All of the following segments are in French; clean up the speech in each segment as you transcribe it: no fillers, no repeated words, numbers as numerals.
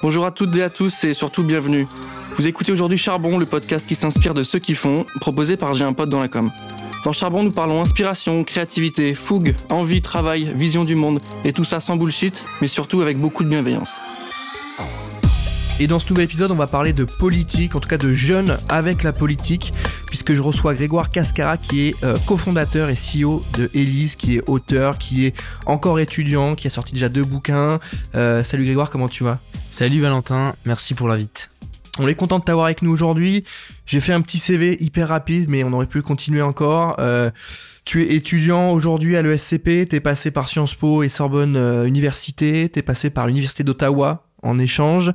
Bonjour à toutes et à tous et surtout bienvenue. Vous écoutez aujourd'hui Charbon, le podcast qui s'inspire de ceux qui font, proposé par J'ai un pote dans la com. Dans Charbon, nous parlons inspiration, créativité, fougue, envie, travail, vision du monde, et tout ça sans bullshit, mais surtout avec beaucoup de bienveillance. Et dans ce nouvel épisode, on va parler de politique, en tout cas de jeunes avec la politique, puisque je reçois Grégoire Cascara qui est cofondateur et CEO de Élise, qui est auteur, qui est encore étudiant, qui a sorti déjà 2 bouquins. Salut Grégoire, comment tu vas ? Salut Valentin, merci pour l'invite. On est content de t'avoir avec nous aujourd'hui. J'ai fait un petit CV hyper rapide, mais on aurait pu continuer encore. Tu es étudiant aujourd'hui à l'ESCP, t'es passé par Sciences Po et Sorbonne Université, t'es passé par l'Université d'Ottawa en échange,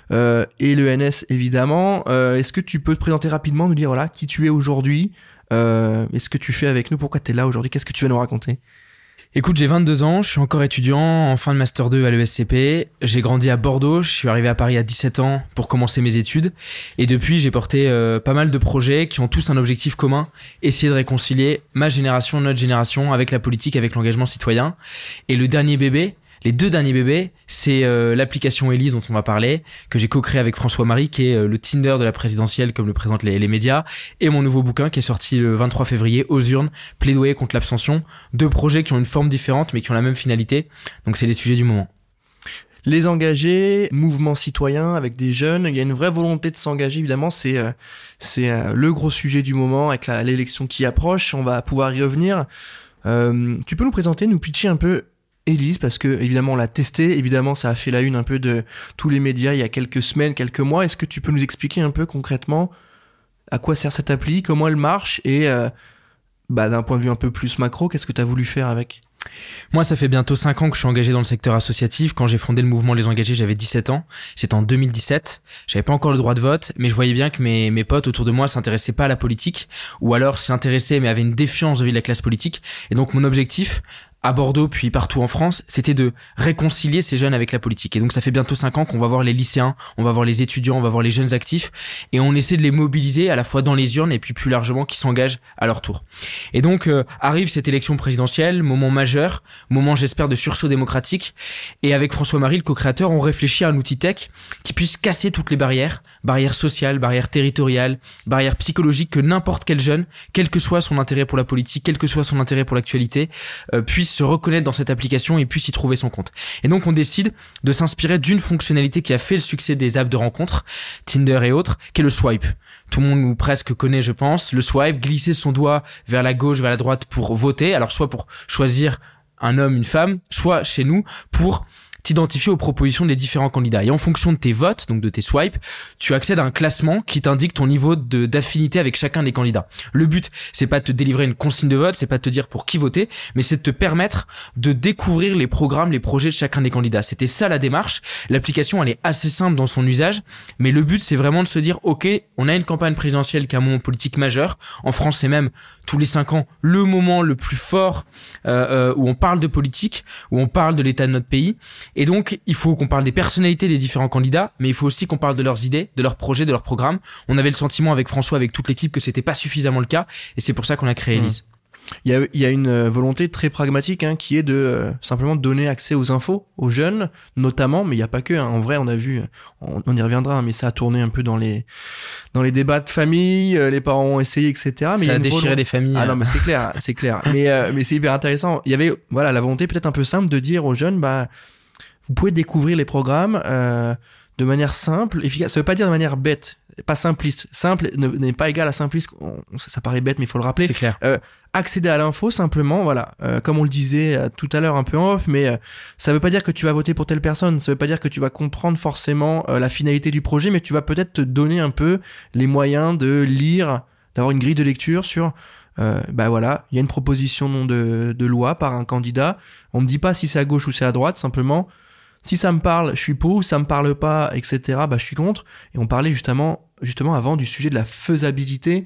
et l'ENS évidemment. Est-ce que tu peux te présenter rapidement, nous dire voilà qui tu es aujourd'hui, et ce que tu fais avec nous, pourquoi t'es là aujourd'hui, qu'est-ce que tu vas nous raconter ? Écoute, j'ai 22 ans, je suis encore étudiant en fin de Master 2 à l'ESCP. J'ai grandi à Bordeaux, je suis arrivé à Paris à 17 ans pour commencer mes études. Et depuis, j'ai porté pas mal de projets qui ont tous un objectif commun, essayer de réconcilier ma génération, notre génération, avec la politique, avec l'engagement citoyen. Et le dernier bébé, les 2 derniers bébés, c'est l'application Élise dont on va parler, que j'ai co-créé avec François Marie, qui est le Tinder de la présidentielle, comme le présentent les médias, et mon nouveau bouquin qui est sorti le 23 février, Aux urnes, plaidoyer contre l'abstention. 2 projets qui ont une forme différente, mais qui ont la même finalité. Donc c'est les sujets du moment. Les engagés, mouvement citoyen avec des jeunes, il y a une vraie volonté de s'engager, évidemment, c'est le gros sujet du moment avec l'élection qui approche, on va pouvoir y revenir. Tu peux nous présenter, nous pitcher un peu Élise, parce que évidemment on l'a testé, évidemment ça a fait la une un peu de tous les médias il y a quelques semaines, quelques mois. Est-ce que tu peux nous expliquer un peu concrètement à quoi sert cette appli, comment elle marche et d'un point de vue un peu plus macro, qu'est-ce que tu as voulu faire avec ? Moi, ça fait bientôt 5 ans que je suis engagé dans le secteur associatif. Quand j'ai fondé le mouvement Les Engagés, j'avais 17 ans. C'était en 2017. J'avais pas encore le droit de vote, mais je voyais bien que mes potes autour de moi s'intéressaient pas à la politique, ou alors s'intéressaient mais avaient une défiance vis-à-vis de la classe politique. Et donc mon objectif, à Bordeaux puis partout en France, c'était de réconcilier ces jeunes avec la politique. Et donc ça fait bientôt 5 ans qu'on va voir les lycéens, on va voir les étudiants, on va voir les jeunes actifs, et on essaie de les mobiliser à la fois dans les urnes et puis plus largement qui s'engagent à leur tour. Et donc arrive cette élection présidentielle, moment majeur, moment j'espère de sursaut démocratique, et avec François Marie, le co-créateur, on réfléchit à un outil tech qui puisse casser toutes les barrières sociales, barrières territoriales, barrières psychologiques, que n'importe quel jeune, quel que soit son intérêt pour la politique, quel que soit son intérêt pour l'actualité, puisse se reconnaître dans cette application et puisse y trouver son compte. Et donc on décide de s'inspirer d'une fonctionnalité qui a fait le succès des apps de rencontres, Tinder et autres, qui est le swipe. Tout le monde ou presque connaît, je pense, le swipe, glisser son doigt vers la gauche, vers la droite pour voter, alors soit pour choisir un homme, une femme, soit chez nous pour t'identifier aux propositions des différents candidats. Et en fonction de tes votes, donc de tes swipes, tu accèdes à un classement qui t'indique ton niveau d'affinité avec chacun des candidats. Le but, c'est pas de te délivrer une consigne de vote, c'est pas de te dire pour qui voter, mais c'est de te permettre de découvrir les programmes, les projets de chacun des candidats. C'était ça la démarche. L'application, elle est assez simple dans son usage, mais le but, c'est vraiment de se dire, ok, on a une campagne présidentielle qui a un moment politique majeur. En France, c'est même tous les 5 ans le moment le plus fort où on parle de politique, où on parle de l'état de notre pays. Et donc, il faut qu'on parle des personnalités des différents candidats, mais il faut aussi qu'on parle de leurs idées, de leurs projets, de leurs programmes. On avait le sentiment avec François, avec toute l'équipe, que c'était pas suffisamment le cas, et c'est pour ça qu'on a créé Élise. Il y a une volonté très pragmatique qui est de simplement donner accès aux infos aux jeunes notamment, mais il y a pas que en vrai on a vu, on y reviendra, mais ça a tourné un peu dans les débats de famille, les parents ont essayé, etc. Mais ça a déchiré les familles. Non mais c'est clair mais c'est hyper intéressant. Il y avait la volonté peut-être un peu simple de dire aux jeunes vous pouvez découvrir les programmes de manière simple, efficace. Ça veut pas dire de manière bête, pas simpliste. Simple n'est pas égal à simpliste. Ça paraît bête, mais il faut le rappeler. C'est clair. Accéder à l'info simplement, comme on le disait tout à l'heure un peu en off, mais ça veut pas dire que tu vas voter pour telle personne. Ça veut pas dire que tu vas comprendre forcément la finalité du projet, mais tu vas peut-être te donner un peu les moyens de lire, d'avoir une grille de lecture sur il y a une proposition de loi par un candidat. On me dit pas si c'est à gauche ou c'est à droite, simplement si ça me parle, je suis pour, si ça me parle pas, etc., je suis contre. Et on parlait justement avant du sujet de la faisabilité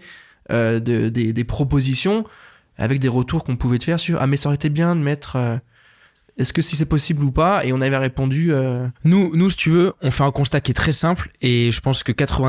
des propositions, avec des retours qu'on pouvait te faire sur mais ça aurait été bien de mettre est-ce que si c'est possible ou pas? Et on avait répondu... Nous, si tu veux, on fait un constat qui est très simple et je pense que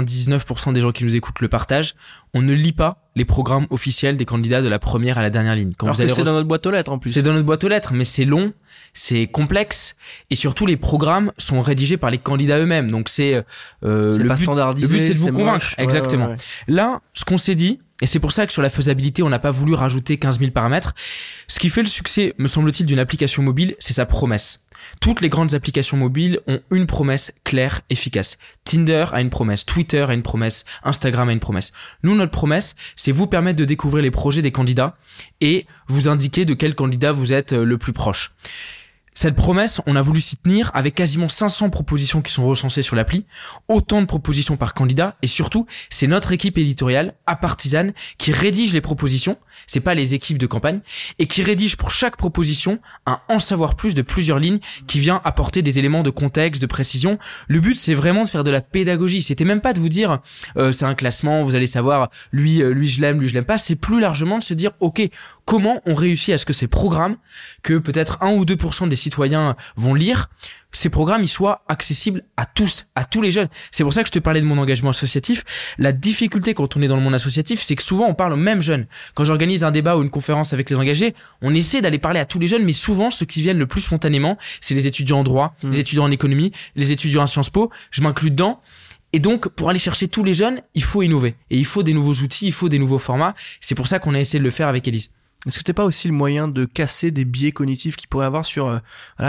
99% des gens qui nous écoutent le partagent. On ne lit pas les programmes officiels des candidats de la première à la dernière ligne. Alors que c'est dans notre boîte aux lettres en plus. C'est dans notre boîte aux lettres, mais c'est long, c'est complexe et surtout les programmes sont rédigés par les candidats eux-mêmes. Donc c'est pas standardisé. Le but c'est de vous convaincre. Moche. Exactement. Ouais. Là, ce qu'on s'est dit, et c'est pour ça que sur la faisabilité, on n'a pas voulu rajouter 15 000 paramètres. Ce qui fait le succès, me semble-t-il, d'une application mobile, c'est sa promesse. Toutes les grandes applications mobiles ont une promesse claire, efficace. Tinder a une promesse, Twitter a une promesse, Instagram a une promesse. Nous, notre promesse, c'est vous permettre de découvrir les projets des candidats et vous indiquer de quel candidat vous êtes le plus proche. Cette promesse, on a voulu s'y tenir avec quasiment 500 propositions qui sont recensées sur l'appli, autant de propositions par candidat et surtout, c'est notre équipe éditoriale, apartisane, qui rédige les propositions, c'est pas les équipes de campagne, et qui rédige pour chaque proposition un en savoir plus de plusieurs lignes qui vient apporter des éléments de contexte, de précision. Le but, c'est vraiment de faire de la pédagogie. C'était même pas de vous dire, c'est un classement, vous allez savoir, lui je l'aime, lui je l'aime pas. C'est plus largement de se dire, ok, comment on réussit à ce que ces programmes, que peut-être 1 ou 2% des citoyens vont lire, ces programmes ils soient accessibles à tous, à tous les jeunes. C'est pour ça que je te parlais de mon engagement associatif. La difficulté quand on est dans le monde associatif, c'est que souvent on parle aux mêmes jeunes. Quand j'organise un débat ou une conférence avec les engagés, on essaie d'aller parler à tous les jeunes, mais souvent ceux qui viennent le plus spontanément, c'est les étudiants en droit, les étudiants en économie, les étudiants à Sciences Po, je m'inclus dedans. Et donc, pour aller chercher tous les jeunes, il faut innover. Et il faut des nouveaux outils, il faut des nouveaux formats. C'est pour ça qu'on a essayé de le faire avec Élise. Est-ce que t'es pas aussi le moyen de casser des biais cognitifs qu'il pourrait avoir sur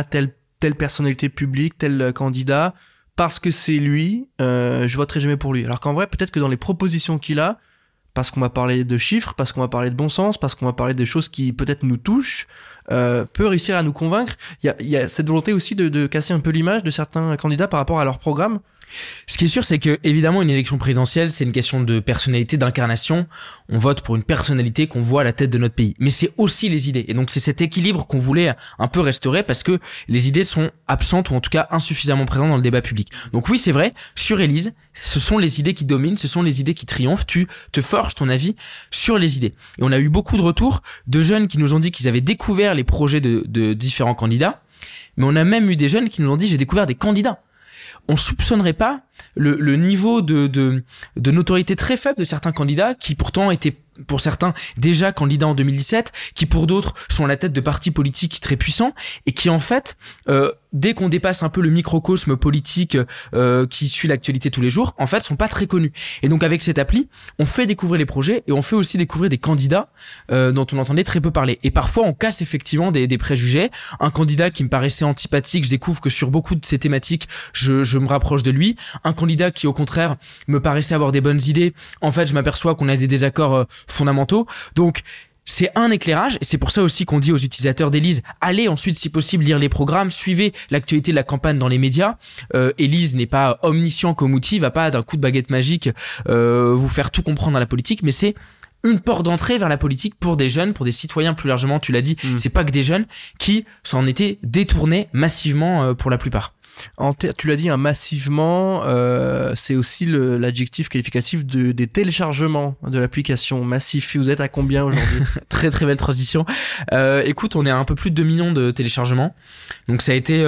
telle personnalité publique, tel candidat, parce que c'est lui, je voterai jamais pour lui. Alors qu'en vrai, peut-être que dans les propositions qu'il a, parce qu'on va parler de chiffres, parce qu'on va parler de bon sens, parce qu'on va parler des choses qui peut-être nous touchent, peut réussir à nous convaincre. Il y a cette volonté aussi de casser un peu l'image de certains candidats par rapport à leur programme. Ce qui est sûr, c'est que évidemment une élection présidentielle, c'est une question de personnalité, d'incarnation. On vote pour une personnalité qu'on voit à la tête de notre pays. Mais c'est aussi les idées. Et donc c'est cet équilibre qu'on voulait un peu restaurer parce que les idées sont absentes ou en tout cas insuffisamment présentes dans le débat public. Donc oui, c'est vrai, sur Élise, ce sont les idées qui dominent, ce sont les idées qui triomphent. Tu te forges ton avis sur les idées. Et on a eu beaucoup de retours de jeunes qui nous ont dit qu'ils avaient découvert les projets de différents candidats. Mais on a même eu des jeunes qui nous ont dit j'ai découvert des candidats. On soupçonnerait pas le niveau de notoriété très faible de certains candidats qui pourtant étaient pour certains déjà candidats en 2017, qui pour d'autres sont à la tête de partis politiques très puissants et qui en fait, dès qu'on dépasse un peu le microcosme politique qui suit l'actualité tous les jours, en fait sont pas très connus. Et donc avec cette appli, on fait découvrir les projets et on fait aussi découvrir des candidats dont on entendait très peu parler. Et parfois on casse effectivement des préjugés. Un candidat qui me paraissait antipathique, je découvre que sur beaucoup de ces thématiques, je me rapproche de lui. Un candidat qui au contraire me paraissait avoir des bonnes idées, en fait je m'aperçois qu'on a des désaccords fondamentaux. Donc c'est un éclairage et c'est pour ça aussi qu'on dit aux utilisateurs d'Élise, allez ensuite si possible lire les programmes, suivez l'actualité de la campagne dans les médias. Élise n'est pas omniscient comme outil, va pas d'un coup de baguette magique vous faire tout comprendre à la politique, mais c'est une porte d'entrée vers la politique pour des jeunes, pour des citoyens plus largement, tu l'as dit, c'est pas que des jeunes qui s'en étaient détournés massivement pour la plupart. Tu l'as dit, massivement, c'est aussi l'adjectif qualificatif des téléchargements de l'application. Massif, vous êtes à combien aujourd'hui? Très très belle transition. Écoute, on est à un peu plus de 2 millions de téléchargements. Donc ça a été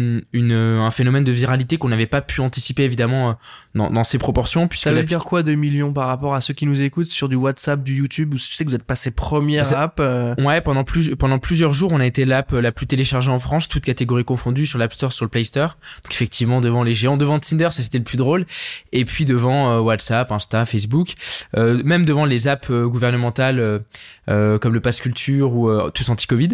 un phénomène de viralité qu'on n'avait pas pu anticiper évidemment dans ces proportions. Puisque ça veut dire quoi 2 millions par rapport à ceux qui nous écoutent sur du WhatsApp, du YouTube, où je sais que vous êtes passé première app Ouais, pendant plusieurs jours, on a été l'app la plus téléchargée en France, toutes catégories confondues, sur l'App Store, sur le Play Store. Donc effectivement devant les géants, devant Tinder, ça c'était le plus drôle, et puis devant WhatsApp, Insta, Facebook, même devant les apps gouvernementales comme le Pass Culture ou Tous Anti-Covid.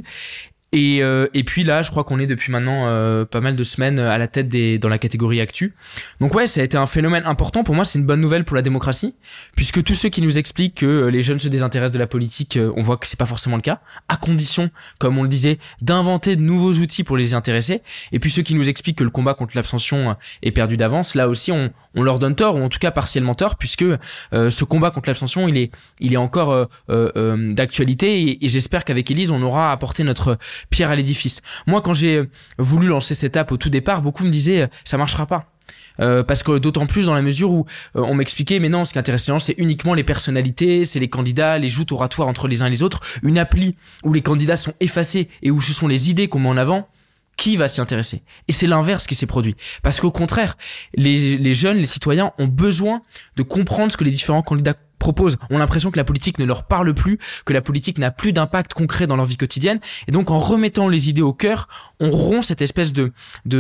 Et puis là, je crois qu'on est depuis maintenant pas mal de semaines à la tête dans la catégorie actu. Donc ouais, ça a été un phénomène important. Pour moi, c'est une bonne nouvelle pour la démocratie, puisque tous ceux qui nous expliquent que les jeunes se désintéressent de la politique, on voit que c'est pas forcément le cas, à condition, comme on le disait, d'inventer de nouveaux outils pour les y intéresser. Et puis ceux qui nous expliquent que le combat contre l'abstention est perdu d'avance, là aussi on leur donne tort, ou en tout cas partiellement tort, puisque ce combat contre l'abstention, il est encore d'actualité, et j'espère qu'avec Élise, on aura apporté notre pierre à l'édifice. Moi, quand j'ai voulu lancer cette app au tout départ, beaucoup me disaient ça marchera pas. Parce que d'autant plus dans la mesure où on m'expliquait mais non, ce qui est intéressant c'est uniquement les personnalités, c'est les candidats, les joutes oratoires entre les uns et les autres. Une appli où les candidats sont effacés et où ce sont les idées qu'on met en avant, qui va s'y intéresser? Et c'est l'inverse qui s'est produit. Parce qu'au contraire, les jeunes, les citoyens ont besoin de comprendre ce que les différents candidats proposent, ont l'impression que la politique ne leur parle plus, que la politique n'a plus d'impact concret dans leur vie quotidienne. Et donc, en remettant les idées au cœur, on rompt cette espèce de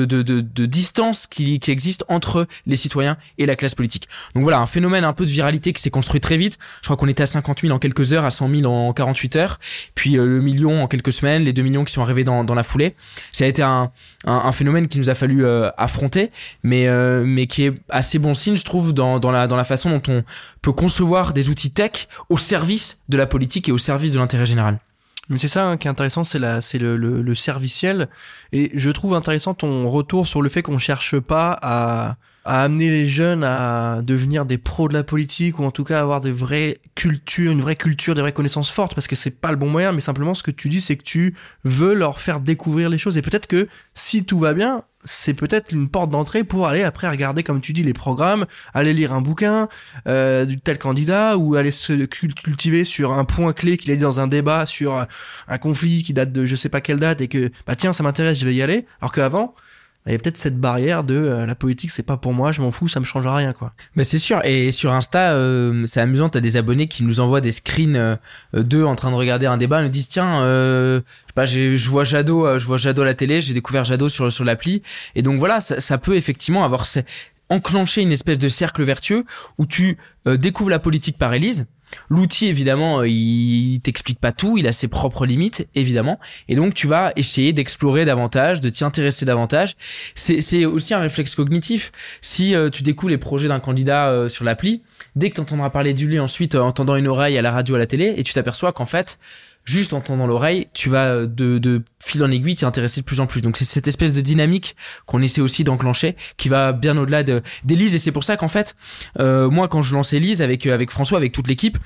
distance qui existe entre les citoyens et la classe politique. Donc voilà, un phénomène un peu de viralité qui s'est construit très vite. Je crois qu'on était à 50 000 en quelques heures, à 100 000 en 48 heures, puis le million en quelques semaines, les 2 millions qui sont arrivés dans la foulée. Ça a été un phénomène qui nous a fallu affronter, mais qui est assez bon signe, je trouve, dans la façon dont on peut concevoir des outils tech au service de la politique et au service de l'intérêt général. Mais c'est ça qui est intéressant, c'est le serviciel. Et je trouve intéressant ton retour sur le fait qu'on cherche pas à amener les jeunes à devenir des pros de la politique, ou en tout cas avoir une vraie culture, des vraies connaissances fortes, parce que c'est pas le bon moyen. Mais simplement, ce que tu dis, c'est que tu veux leur faire découvrir les choses. Et peut-être que si tout va bien, c'est peut-être une porte d'entrée pour aller après regarder, comme tu dis, les programmes, aller lire un bouquin du tel candidat, ou aller se cultiver sur un point clé qu'il a dit dans un débat sur un conflit qui date de je sais pas quelle date, et que bah tiens, ça m'intéresse, je vais y aller. Alors qu'avant, il y a peut-être cette barrière de la politique, c'est pas pour moi, je m'en fous, ça me changera rien, quoi. Mais c'est sûr. Et sur Insta, c'est amusant, t'as des abonnés qui nous envoient des screens d'eux en train de regarder un débat, ils nous disent tiens, je sais pas, je vois Jadot à la télé, j'ai découvert Jadot sur l'appli. Et donc voilà, ça peut effectivement enclencher une espèce de cercle vertueux où tu découvres la politique par Élise. L'outil, évidemment, il t'explique pas tout, il a ses propres limites, évidemment. Et donc, tu vas essayer d'explorer davantage, de t'y intéresser davantage. C'est aussi un réflexe cognitif. Si tu découvres les projets d'un candidat sur l'appli, dès que tu entendras parler de lui ensuite, en tendant une oreille à la radio, à la télé, et tu t'aperçois qu'en fait, juste en tendant l'oreille, tu vas de fil en aiguille t'y intéresser de plus en plus. Donc c'est cette espèce de dynamique qu'on essaie aussi d'enclencher, qui va bien au-delà d'Élise. Et c'est pour ça qu'en fait, moi quand je lance Élise avec François, avec toute l'équipe,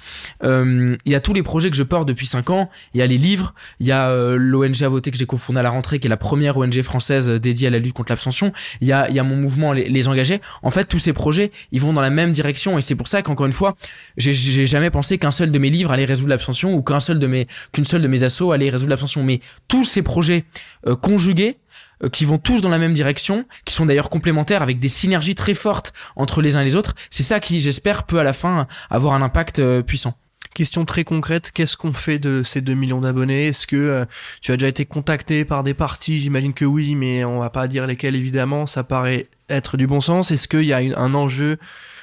il y a tous les projets que je porte depuis 5 ans. Il y a les livres, il y a l'ONG à voter que j'ai cofondé à la rentrée, qui est la première ONG française dédiée à la lutte contre l'abstention. Il y a mon mouvement les engagés. En fait, tous ces projets, ils vont dans la même direction. Et c'est pour ça qu'encore une fois, j'ai jamais pensé qu'un seul de mes livres allait résoudre l'abstention, ou qu'une seule de mes assos allait résoudre l'abstention. Mais tous ces projets conjugués, qui vont tous dans la même direction, qui sont d'ailleurs complémentaires, avec des synergies très fortes entre les uns et les autres, c'est ça qui, j'espère, peut à la fin avoir un impact puissant. Question très concrète, qu'est-ce qu'on fait de ces 2 millions d'abonnés? Est-ce que tu as déjà été contacté par des partis? J'imagine que oui, mais on va pas dire lesquels, évidemment, ça paraît être du bon sens. Est-ce qu'il y a un enjeu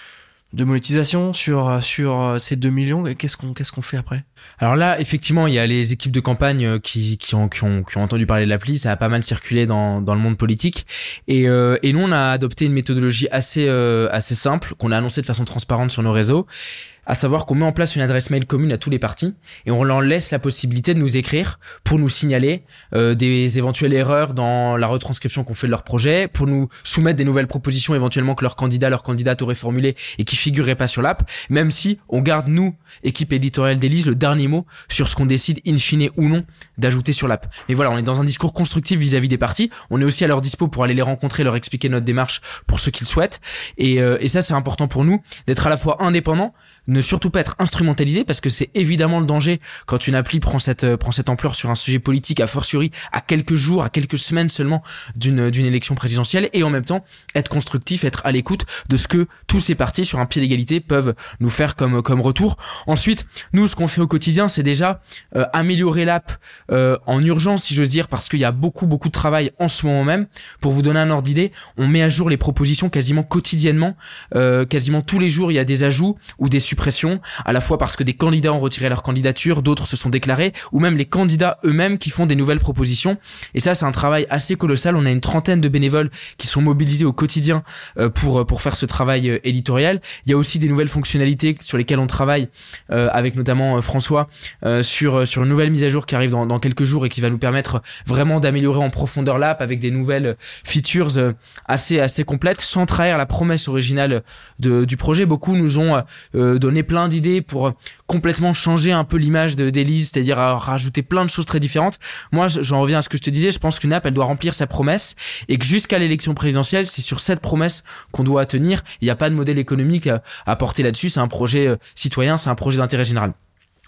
de monétisation sur ces 2 millions? Qu'est-ce qu'on fait après? Alors là, effectivement, il y a les équipes de campagne qui ont entendu parler de l'appli. Ça a pas mal circulé dans le monde politique. Et nous, on a adopté une méthodologie assez simple, qu'on a annoncée de façon transparente sur nos réseaux. À savoir qu'on met en place une adresse mail commune à tous les partis et on leur laisse la possibilité de nous écrire pour nous signaler des éventuelles erreurs dans la retranscription qu'on fait de leur projet, pour nous soumettre des nouvelles propositions éventuellement que leur candidate aurait formulées et qui figureraient pas sur l'app, même si on garde, nous, équipe éditoriale d'Élise, le dernier mot sur ce qu'on décide in fine ou non d'ajouter sur l'app. Mais voilà, on est dans un discours constructif vis-à-vis des partis. On est aussi à leur dispo pour aller les rencontrer, leur expliquer notre démarche pour ceux qu'ils souhaitent. Et ça, c'est important pour nous d'être à la fois indépendants, ne surtout pas être instrumentalisé, parce que c'est évidemment le danger quand une appli prend cette ampleur sur un sujet politique, a fortiori à quelques jours, à quelques semaines seulement d'une élection présidentielle, et en même temps être constructif, être à l'écoute de ce que tous ces partis sur un pied d'égalité peuvent nous faire comme retour. Ensuite, nous, ce qu'on fait au quotidien, c'est déjà améliorer l'app en urgence, si j'ose dire, parce qu'il y a beaucoup de travail en ce moment même. Pour vous donner un ordre d'idée, on met à jour les propositions quasiment quotidiennement, quasiment tous les jours il y a des ajouts ou des suppression, à la fois parce que des candidats ont retiré leur candidature, d'autres se sont déclarés, ou même les candidats eux-mêmes qui font des nouvelles propositions. Et ça, c'est un travail assez colossal. On a une 30aine de bénévoles qui sont mobilisés au quotidien pour faire ce travail éditorial. Il y a aussi des nouvelles fonctionnalités sur lesquelles on travaille avec notamment François sur une nouvelle mise à jour qui arrive dans quelques jours et qui va nous permettre vraiment d'améliorer en profondeur l'app avec des nouvelles features assez complètes, sans trahir la promesse originale du projet. Beaucoup nous ont donné plein d'idées pour complètement changer un peu l'image d'Élise, c'est-à-dire rajouter plein de choses très différentes. Moi, j'en reviens à ce que je te disais, je pense qu'une app, elle doit remplir sa promesse et que jusqu'à l'élection présidentielle, c'est sur cette promesse qu'on doit tenir. Il n'y a pas de modèle économique à porter là-dessus, c'est un projet citoyen, c'est un projet d'intérêt général.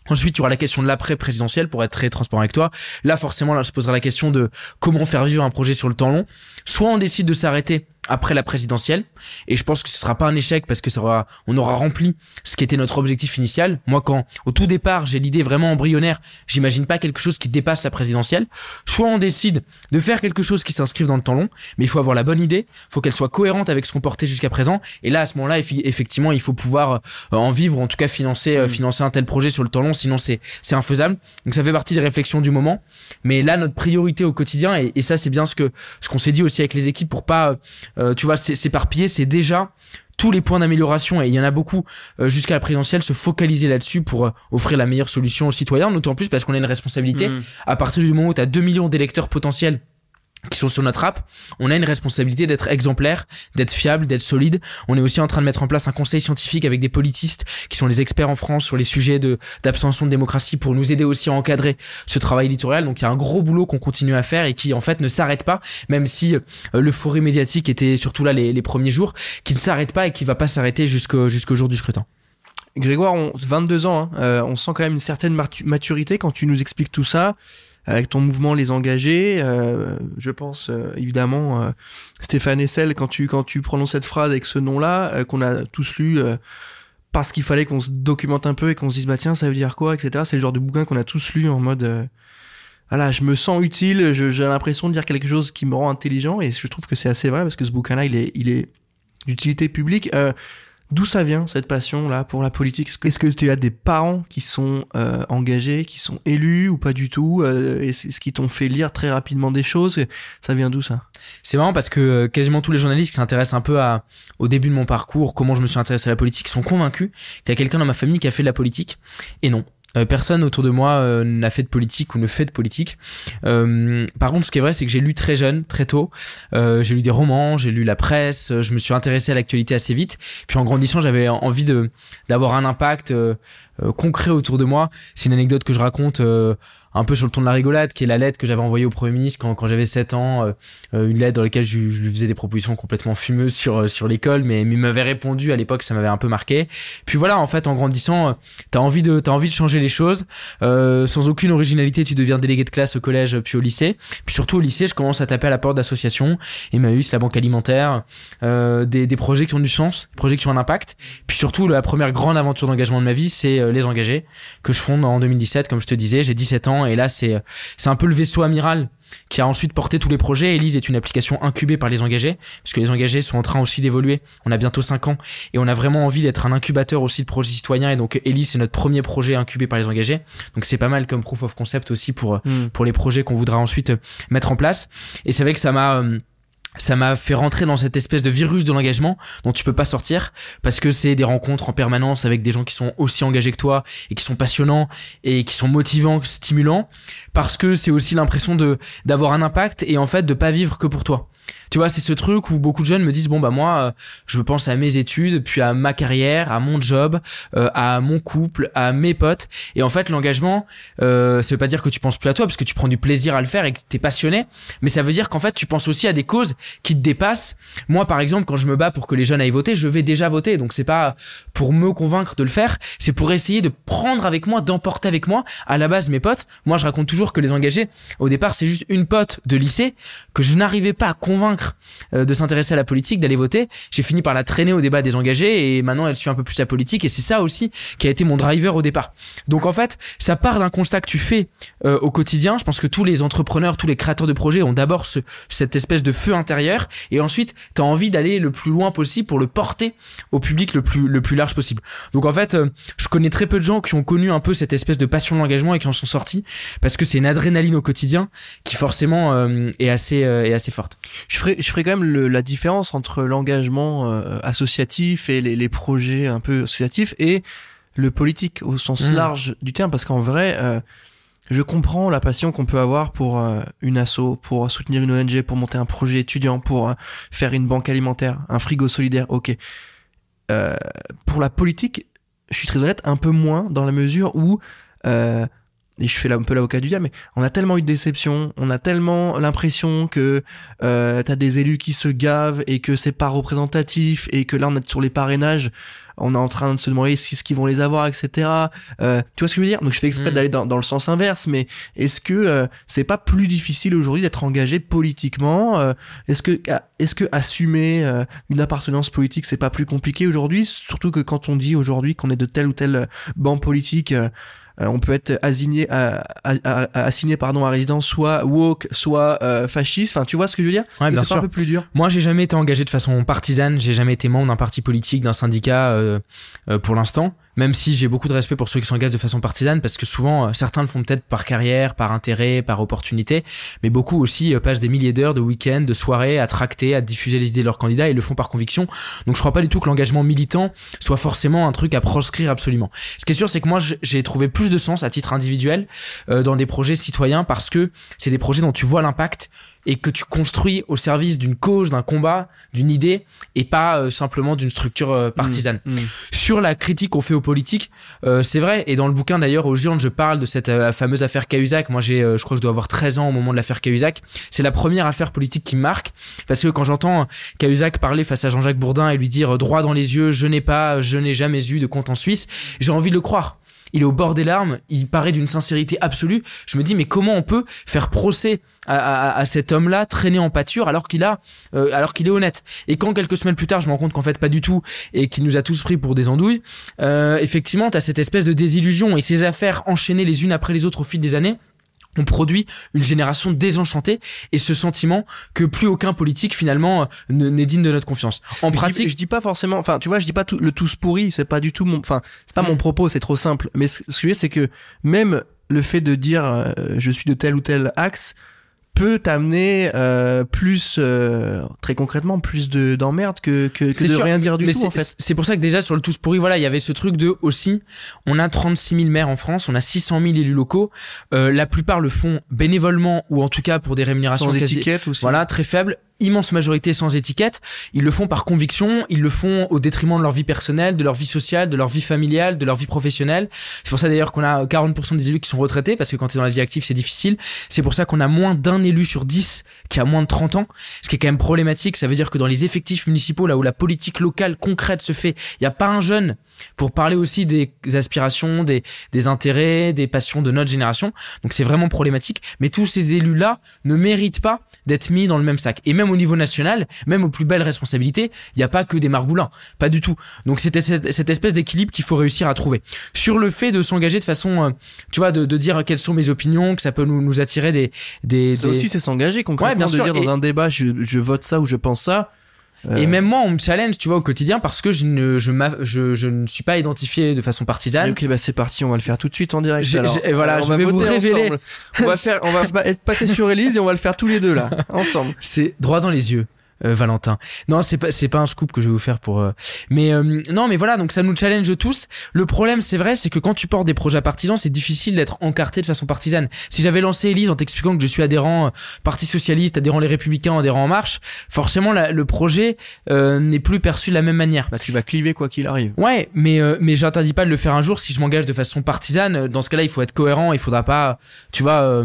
Ensuite, il y aura la question de l'après-présidentielle, pour être très transparent avec toi. Là, forcément, là, je poserai la question de comment faire vivre un projet sur le temps long. Soit on décide de s'arrêter après la présidentielle, et je pense que ce sera pas un échec parce que on aura rempli ce qui était notre objectif initial. Moi, quand au tout départ j'ai l'idée vraiment embryonnaire, j'imagine pas quelque chose qui dépasse la présidentielle. Soit on décide de faire quelque chose qui s'inscrive dans le temps long, mais il faut avoir la bonne idée, faut qu'elle soit cohérente avec ce qu'on portait jusqu'à présent, et là à ce moment-là effectivement il faut pouvoir en vivre, ou en tout cas financer un tel projet sur le temps long, sinon c'est infaisable. Donc ça fait partie des réflexions du moment, mais là notre priorité au quotidien, et ça c'est bien ce qu'on s'est dit aussi avec les équipes, pour pas tu vois, s'éparpiller, c'est déjà tous les points d'amélioration, et il y en a beaucoup jusqu'à la présidentielle, se focaliser là-dessus pour offrir la meilleure solution aux citoyens, d'autant plus parce qu'on a une responsabilité. À partir du moment où tu as 2 millions d'électeurs potentiels qui sont sur notre app, on a une responsabilité d'être exemplaire, d'être fiable, d'être solide. On est aussi en train de mettre en place un conseil scientifique avec des politistes qui sont les experts en France sur les sujets d'abstention de démocratie, pour nous aider aussi à encadrer ce travail éditorial. Donc il y a un gros boulot qu'on continue à faire et qui en fait ne s'arrête pas, même si l'euphorie médiatique était surtout là les premiers jours, qui ne s'arrête pas et qui va pas s'arrêter jusqu'au jour du scrutin. Grégoire, 22 ans, on sent quand même une certaine maturité quand tu nous expliques tout ça. Avec ton mouvement Les Engagés, je pense évidemment Stéphane Hessel, quand tu prononces cette phrase avec ce nom-là, qu'on a tous lu parce qu'il fallait qu'on se documente un peu et qu'on se dise bah tiens ça veut dire quoi, etc. C'est le genre de bouquin qu'on a tous lu en mode voilà, je me sens utile, j'ai l'impression de dire quelque chose qui me rend intelligent, et je trouve que c'est assez vrai parce que ce bouquin-là il est d'utilité publique. D'où ça vient, cette passion-là pour la politique? Est-ce que tu as des parents qui sont engagés, qui sont élus ou pas du tout? Est-ce qu'ils t'ont fait lire très rapidement des choses? Ça vient d'où, ça? C'est marrant parce que quasiment tous les journalistes qui s'intéressent un peu au début de mon parcours, comment je me suis intéressé à la politique, sont convaincus qu'il y a quelqu'un dans ma famille qui a fait de la politique. Et non. Personne autour de moi n'a fait de politique ou ne fait de politique. Par contre, ce qui est vrai, c'est que j'ai lu très jeune, très tôt. J'ai lu des romans, j'ai lu la presse, je me suis intéressé à l'actualité assez vite. Puis en grandissant, j'avais envie d'avoir un impact concret autour de moi. C'est une anecdote que je raconte un peu sur le ton de la rigolade, qui est la lettre que j'avais envoyée au Premier ministre quand j'avais 7 ans, une lettre dans laquelle je lui faisais des propositions complètement fumeuses sur l'école, mais il m'avait répondu à l'époque, ça m'avait un peu marqué. Puis voilà, en fait, en grandissant, t'as envie de changer les choses, sans aucune originalité. Tu deviens délégué de classe au collège puis au lycée. Puis surtout au lycée, je commence à taper à la porte d'associations, Emmaüs, la Banque Alimentaire, des projets qui ont du sens, des projets qui ont un impact. Puis surtout, la première grande aventure d'engagement de ma vie, c'est Les Engagés, que je fonde en 2017, comme je te disais. J'ai 17 ans. Et là, c'est un peu le vaisseau amiral qui a ensuite porté tous les projets. Élise est une application incubée par Les Engagés, puisque Les Engagés sont en train aussi d'évoluer. On a bientôt 5 ans et on a vraiment envie d'être un incubateur aussi de projets citoyens. Et donc, Élise, c'est notre premier projet incubé par Les Engagés. Donc, c'est pas mal comme proof of concept aussi pour les projets qu'on voudra ensuite mettre en place. Et c'est vrai que ça m'a fait rentrer dans cette espèce de virus de l'engagement dont tu peux pas sortir, parce que c'est des rencontres en permanence avec des gens qui sont aussi engagés que toi et qui sont passionnants et qui sont motivants, stimulants, parce que c'est aussi l'impression d'avoir un impact et en fait de pas vivre que pour toi. Tu vois, c'est ce truc où beaucoup de jeunes me disent bon bah moi je pense à mes études, puis à ma carrière, à mon job, à mon couple, à mes potes, et en fait l'engagement ça veut pas dire que tu penses plus à toi parce que tu prends du plaisir à le faire et que t'es passionné, mais ça veut dire qu'en fait tu penses aussi à des causes qui te dépassent. Moi par exemple, quand je me bats pour que les jeunes aillent voter, je vais déjà voter, donc c'est pas pour me convaincre de le faire, c'est pour essayer de prendre avec moi, d'emporter avec moi à la base mes potes. Moi je raconte toujours que Les Engagés au départ c'est juste une pote de lycée que je n'arrivais pas à convaincre de s'intéresser à la politique, d'aller voter. J'ai fini par la traîner au débat des engagés et maintenant elle suit un peu plus la politique, et c'est ça aussi qui a été mon driver au départ. Donc en fait, ça part d'un constat que tu fais au quotidien. Je pense que tous les entrepreneurs, tous les créateurs de projets ont d'abord cette espèce de feu intérieur, et ensuite t'as envie d'aller le plus loin possible pour le porter au public le plus large possible. Donc en fait, je connais très peu de gens qui ont connu un peu cette espèce de passion de l'engagement et qui en sont sortis, parce que c'est une adrénaline au quotidien qui forcément est assez forte. Je ferai quand même la différence entre l'engagement associatif et les projets un peu associatifs et le politique au sens large du terme, parce qu'en vrai, je comprends la passion qu'on peut avoir pour une asso, pour soutenir une ONG, pour monter un projet étudiant, pour faire une banque alimentaire, un frigo solidaire, ok. Pour la politique, je suis très honnête, un peu moins, dans la mesure où et je fais un peu l'avocat du diable, mais on a tellement eu de déceptions, on a tellement l'impression que t'as des élus qui se gavent et que c'est pas représentatif, et que là on est sur les parrainages, on est en train de se demander ce qu'ils vont les avoir, etc. Tu vois ce que je veux dire? Donc je fais exprès d'aller dans le sens inverse, mais est-ce que c'est pas plus difficile aujourd'hui d'être engagé politiquement? Est-ce que assumer une appartenance politique, c'est pas plus compliqué aujourd'hui? Surtout que quand on dit aujourd'hui qu'on est de tel ou tel banc politique, on peut être assigné à résidence soit woke, soit fasciste. Enfin, tu vois ce que je veux dire? Ouais, bien c'est sûr. pas un peu plus dur. Moi, j'ai jamais été engagé de façon partisane. J'ai jamais été membre d'un parti politique, d'un syndicat pour l'instant. Même si j'ai beaucoup de respect pour ceux qui s'engagent de façon partisane, parce que souvent, certains le font peut-être par carrière, par intérêt, par opportunité, mais beaucoup aussi passent des milliers d'heures de week-ends, de soirées à tracter, à diffuser les idées de leurs candidats et le font par conviction. Donc je crois pas du tout que l'engagement militant soit forcément un truc à proscrire absolument. Ce qui est sûr, c'est que moi, j'ai trouvé plus de sens à titre individuel dans des projets citoyens, parce que c'est des projets dont tu vois l'impact et que tu construis au service d'une cause, d'un combat, d'une idée, et pas simplement d'une structure partisane. Sur la critique qu'on fait aux politiques, c'est vrai, et dans le bouquin d'ailleurs, aux urnes, je parle de cette fameuse affaire Cahuzac. Moi, je crois que je dois avoir 13 ans au moment de l'affaire Cahuzac. C'est la première affaire politique qui me marque, parce que quand j'entends Cahuzac parler face à Jean-Jacques Bourdin et lui dire droit dans les yeux, je n'ai jamais eu de compte en Suisse, j'ai envie de le croire. Il est au bord des larmes, il paraît d'une sincérité absolue. Je me dis, mais comment on peut faire procès à cet homme-là, traîné en pâture, alors qu'il est honnête? Et quand quelques semaines plus tard, je me rends compte qu'en fait pas du tout, et qu'il nous a tous pris pour des andouilles, effectivement, t'as cette espèce de désillusion, et ces affaires enchaînées les unes après les autres au fil des années on produit une génération désenchantée et ce sentiment que plus aucun politique finalement n'est digne de notre confiance. En pratique, je dis pas forcément, enfin tu vois, je dis pas le tous pourri, c'est pas du tout c'est pas mon propos, c'est trop simple. Mais ce que je veux dire, c'est que même le fait de dire je suis de tel ou tel axe peut t'amener plus très concrètement plus d'emmerde que de sûr, rien dire du tout en fait. C'est pour ça que déjà sur le tous pourri, voilà, il y avait ce truc de aussi, on a 36 000 maires en France, on a 600 000 élus locaux, la plupart le font bénévolement ou en tout cas pour des rémunérations sans étiquette aussi. Voilà, très faibles. Immense majorité sans étiquette, ils le font par conviction, ils le font au détriment de leur vie personnelle, de leur vie sociale, de leur vie familiale, de leur vie professionnelle. C'est pour ça d'ailleurs qu'on a 40% des élus qui sont retraités, parce que quand t'es dans la vie active, c'est difficile. C'est pour ça qu'on a moins d'un élu sur 10 qui a moins de 30 ans, ce qui est quand même problématique. Ça veut dire que dans les effectifs municipaux, là où la politique locale concrète se fait, il y a pas un jeune pour parler aussi des aspirations, des intérêts, des passions de notre génération. Donc c'est vraiment problématique. Mais tous ces élus-là ne méritent pas d'être mis dans le même sac. Et même au niveau national, même aux plus belles responsabilités, il n'y a pas que des margoulins. Pas du tout. Donc c'était cette espèce d'équilibre qu'il faut réussir à trouver. Sur le fait de s'engager de façon, tu vois, de dire quelles sont mes opinions, que ça peut nous attirer Ça aussi, c'est s'engager concrètement, ouais, bien sûr, de dire dans un débat, je vote ça ou je pense ça. Et même moi, on me challenge, tu vois, au quotidien, parce que je ne suis pas identifié de façon partisane. Ok, bah c'est parti, on va le faire tout de suite en direct. Et voilà, je vais vous révéler. On va être passé sur Élise et on va le faire tous les deux là, ensemble. C'est droit dans les yeux. Valentin. Non, c'est pas un scoop que je vais vous faire pour non, mais voilà, donc ça nous challenge tous. Le problème, c'est vrai, c'est que quand tu portes des projets partisans, c'est difficile d'être encarté de façon partisane. Si j'avais lancé Élise en t'expliquant que je suis adhérent Parti Socialiste, adhérent Les Républicains, adhérent En Marche, forcément le projet n'est plus perçu de la même manière. Bah tu vas cliver quoi qu'il arrive. Ouais, mais j'interdis pas de le faire un jour si je m'engage de façon partisane. Dans ce cas-là, il faut être cohérent, il faudra pas, tu vois,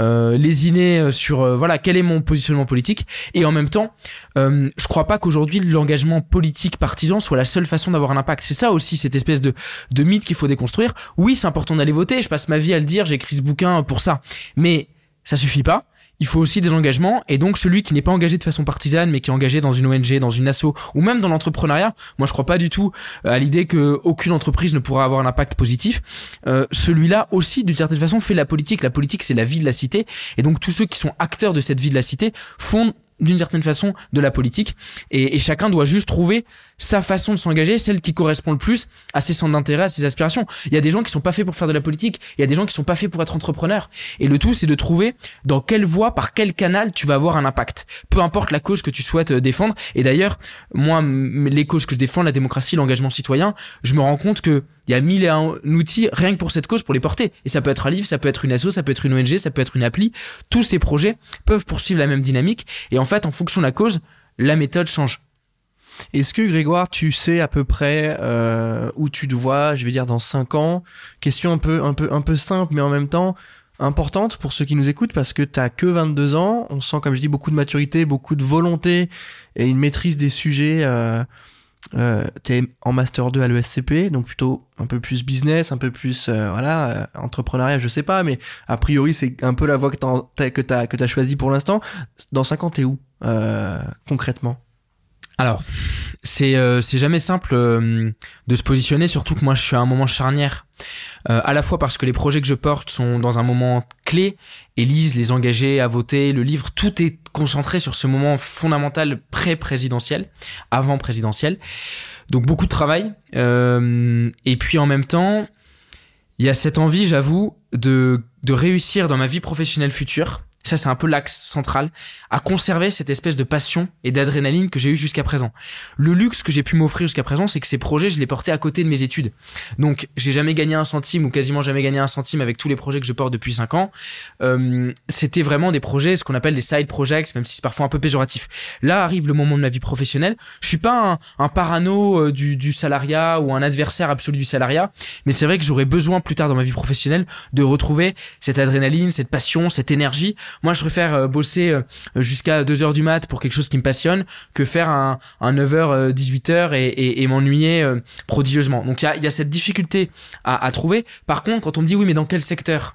lésiner sur voilà, quel est mon positionnement politique, et en même temps je crois pas qu'aujourd'hui l'engagement politique partisan soit la seule façon d'avoir un impact. C'est ça aussi, cette espèce de mythe qu'il faut déconstruire. Oui, c'est important d'aller voter, je passe ma vie à le dire, j'ai écrit ce bouquin pour ça, mais ça suffit pas. Il faut aussi des engagements, et donc celui qui n'est pas engagé de façon partisane mais qui est engagé dans une ONG, dans une asso ou même dans l'entrepreneuriat, moi je crois pas du tout à l'idée que aucune entreprise ne pourra avoir un impact positif. Celui-là aussi d'une certaine façon fait la politique. La politique, c'est la vie de la cité, et donc tous ceux qui sont acteurs de cette vie de la cité font d'une certaine façon de la politique, et chacun doit juste trouver sa façon de s'engager, celle qui correspond le plus à ses centres d'intérêt, à ses aspirations. Il y a des gens qui sont pas faits pour faire de la politique, il y a des gens qui sont pas faits pour être entrepreneurs, et le tout c'est de trouver dans quelle voie, par quel canal tu vas avoir un impact, peu importe la cause que tu souhaites défendre. Et d'ailleurs, moi, les causes que je défends, la démocratie, l'engagement citoyen, je me rends compte que il y a 1001 outils rien que pour cette cause, pour les porter. Et ça peut être un livre, ça peut être une asso, ça peut être une ONG, ça peut être une appli. Tous ces projets peuvent poursuivre la même dynamique. Et en fait, en fonction de la cause, la méthode change. Est-ce que Grégoire, tu sais à peu près où tu te vois, je vais dire dans 5 ans? Question un peu simple, mais en même temps importante pour ceux qui nous écoutent, parce que t'as que 22 ans. On sent, comme je dis, beaucoup de maturité, beaucoup de volonté et une maîtrise des sujets t'es en master 2 à l'ESCP, donc plutôt un peu plus business, un peu plus entrepreneuriat, je sais pas, mais a priori c'est un peu la voie que t'as choisie pour l'instant. Dans 5 ans, t'es où concrètement? Alors, c'est jamais simple de se positionner, surtout que moi je suis à un moment charnière, à la fois parce que les projets que je porte sont dans un moment clé, Élise, les engagés à voter, le livre, tout est concentré sur ce moment fondamental pré-présidentiel, avant présidentiel, donc beaucoup de travail, et puis en même temps, il y a cette envie, j'avoue, de réussir dans ma vie professionnelle future. Ça, c'est un peu l'axe central, à conserver cette espèce de passion et d'adrénaline que j'ai eu jusqu'à présent. Le luxe que j'ai pu m'offrir jusqu'à présent, c'est que ces projets, je les portais à côté de mes études. Donc, j'ai jamais gagné un centime ou quasiment jamais gagné un centime avec tous les projets que je porte depuis 5 ans. C'était vraiment des projets, ce qu'on appelle des side projects, même si c'est parfois un peu péjoratif. Là arrive le moment de ma vie professionnelle. Je suis pas un parano du salariat ou un adversaire absolu du salariat, mais c'est vrai que j'aurais besoin plus tard dans ma vie professionnelle de retrouver cette adrénaline, cette passion, cette énergie. Moi, je préfère bosser jusqu'à 2h du mat pour quelque chose qui me passionne que faire un 9h, 18h et m'ennuyer prodigieusement. Donc, il y a cette difficulté à trouver. Par contre, quand on me dit, oui, mais dans quel secteur?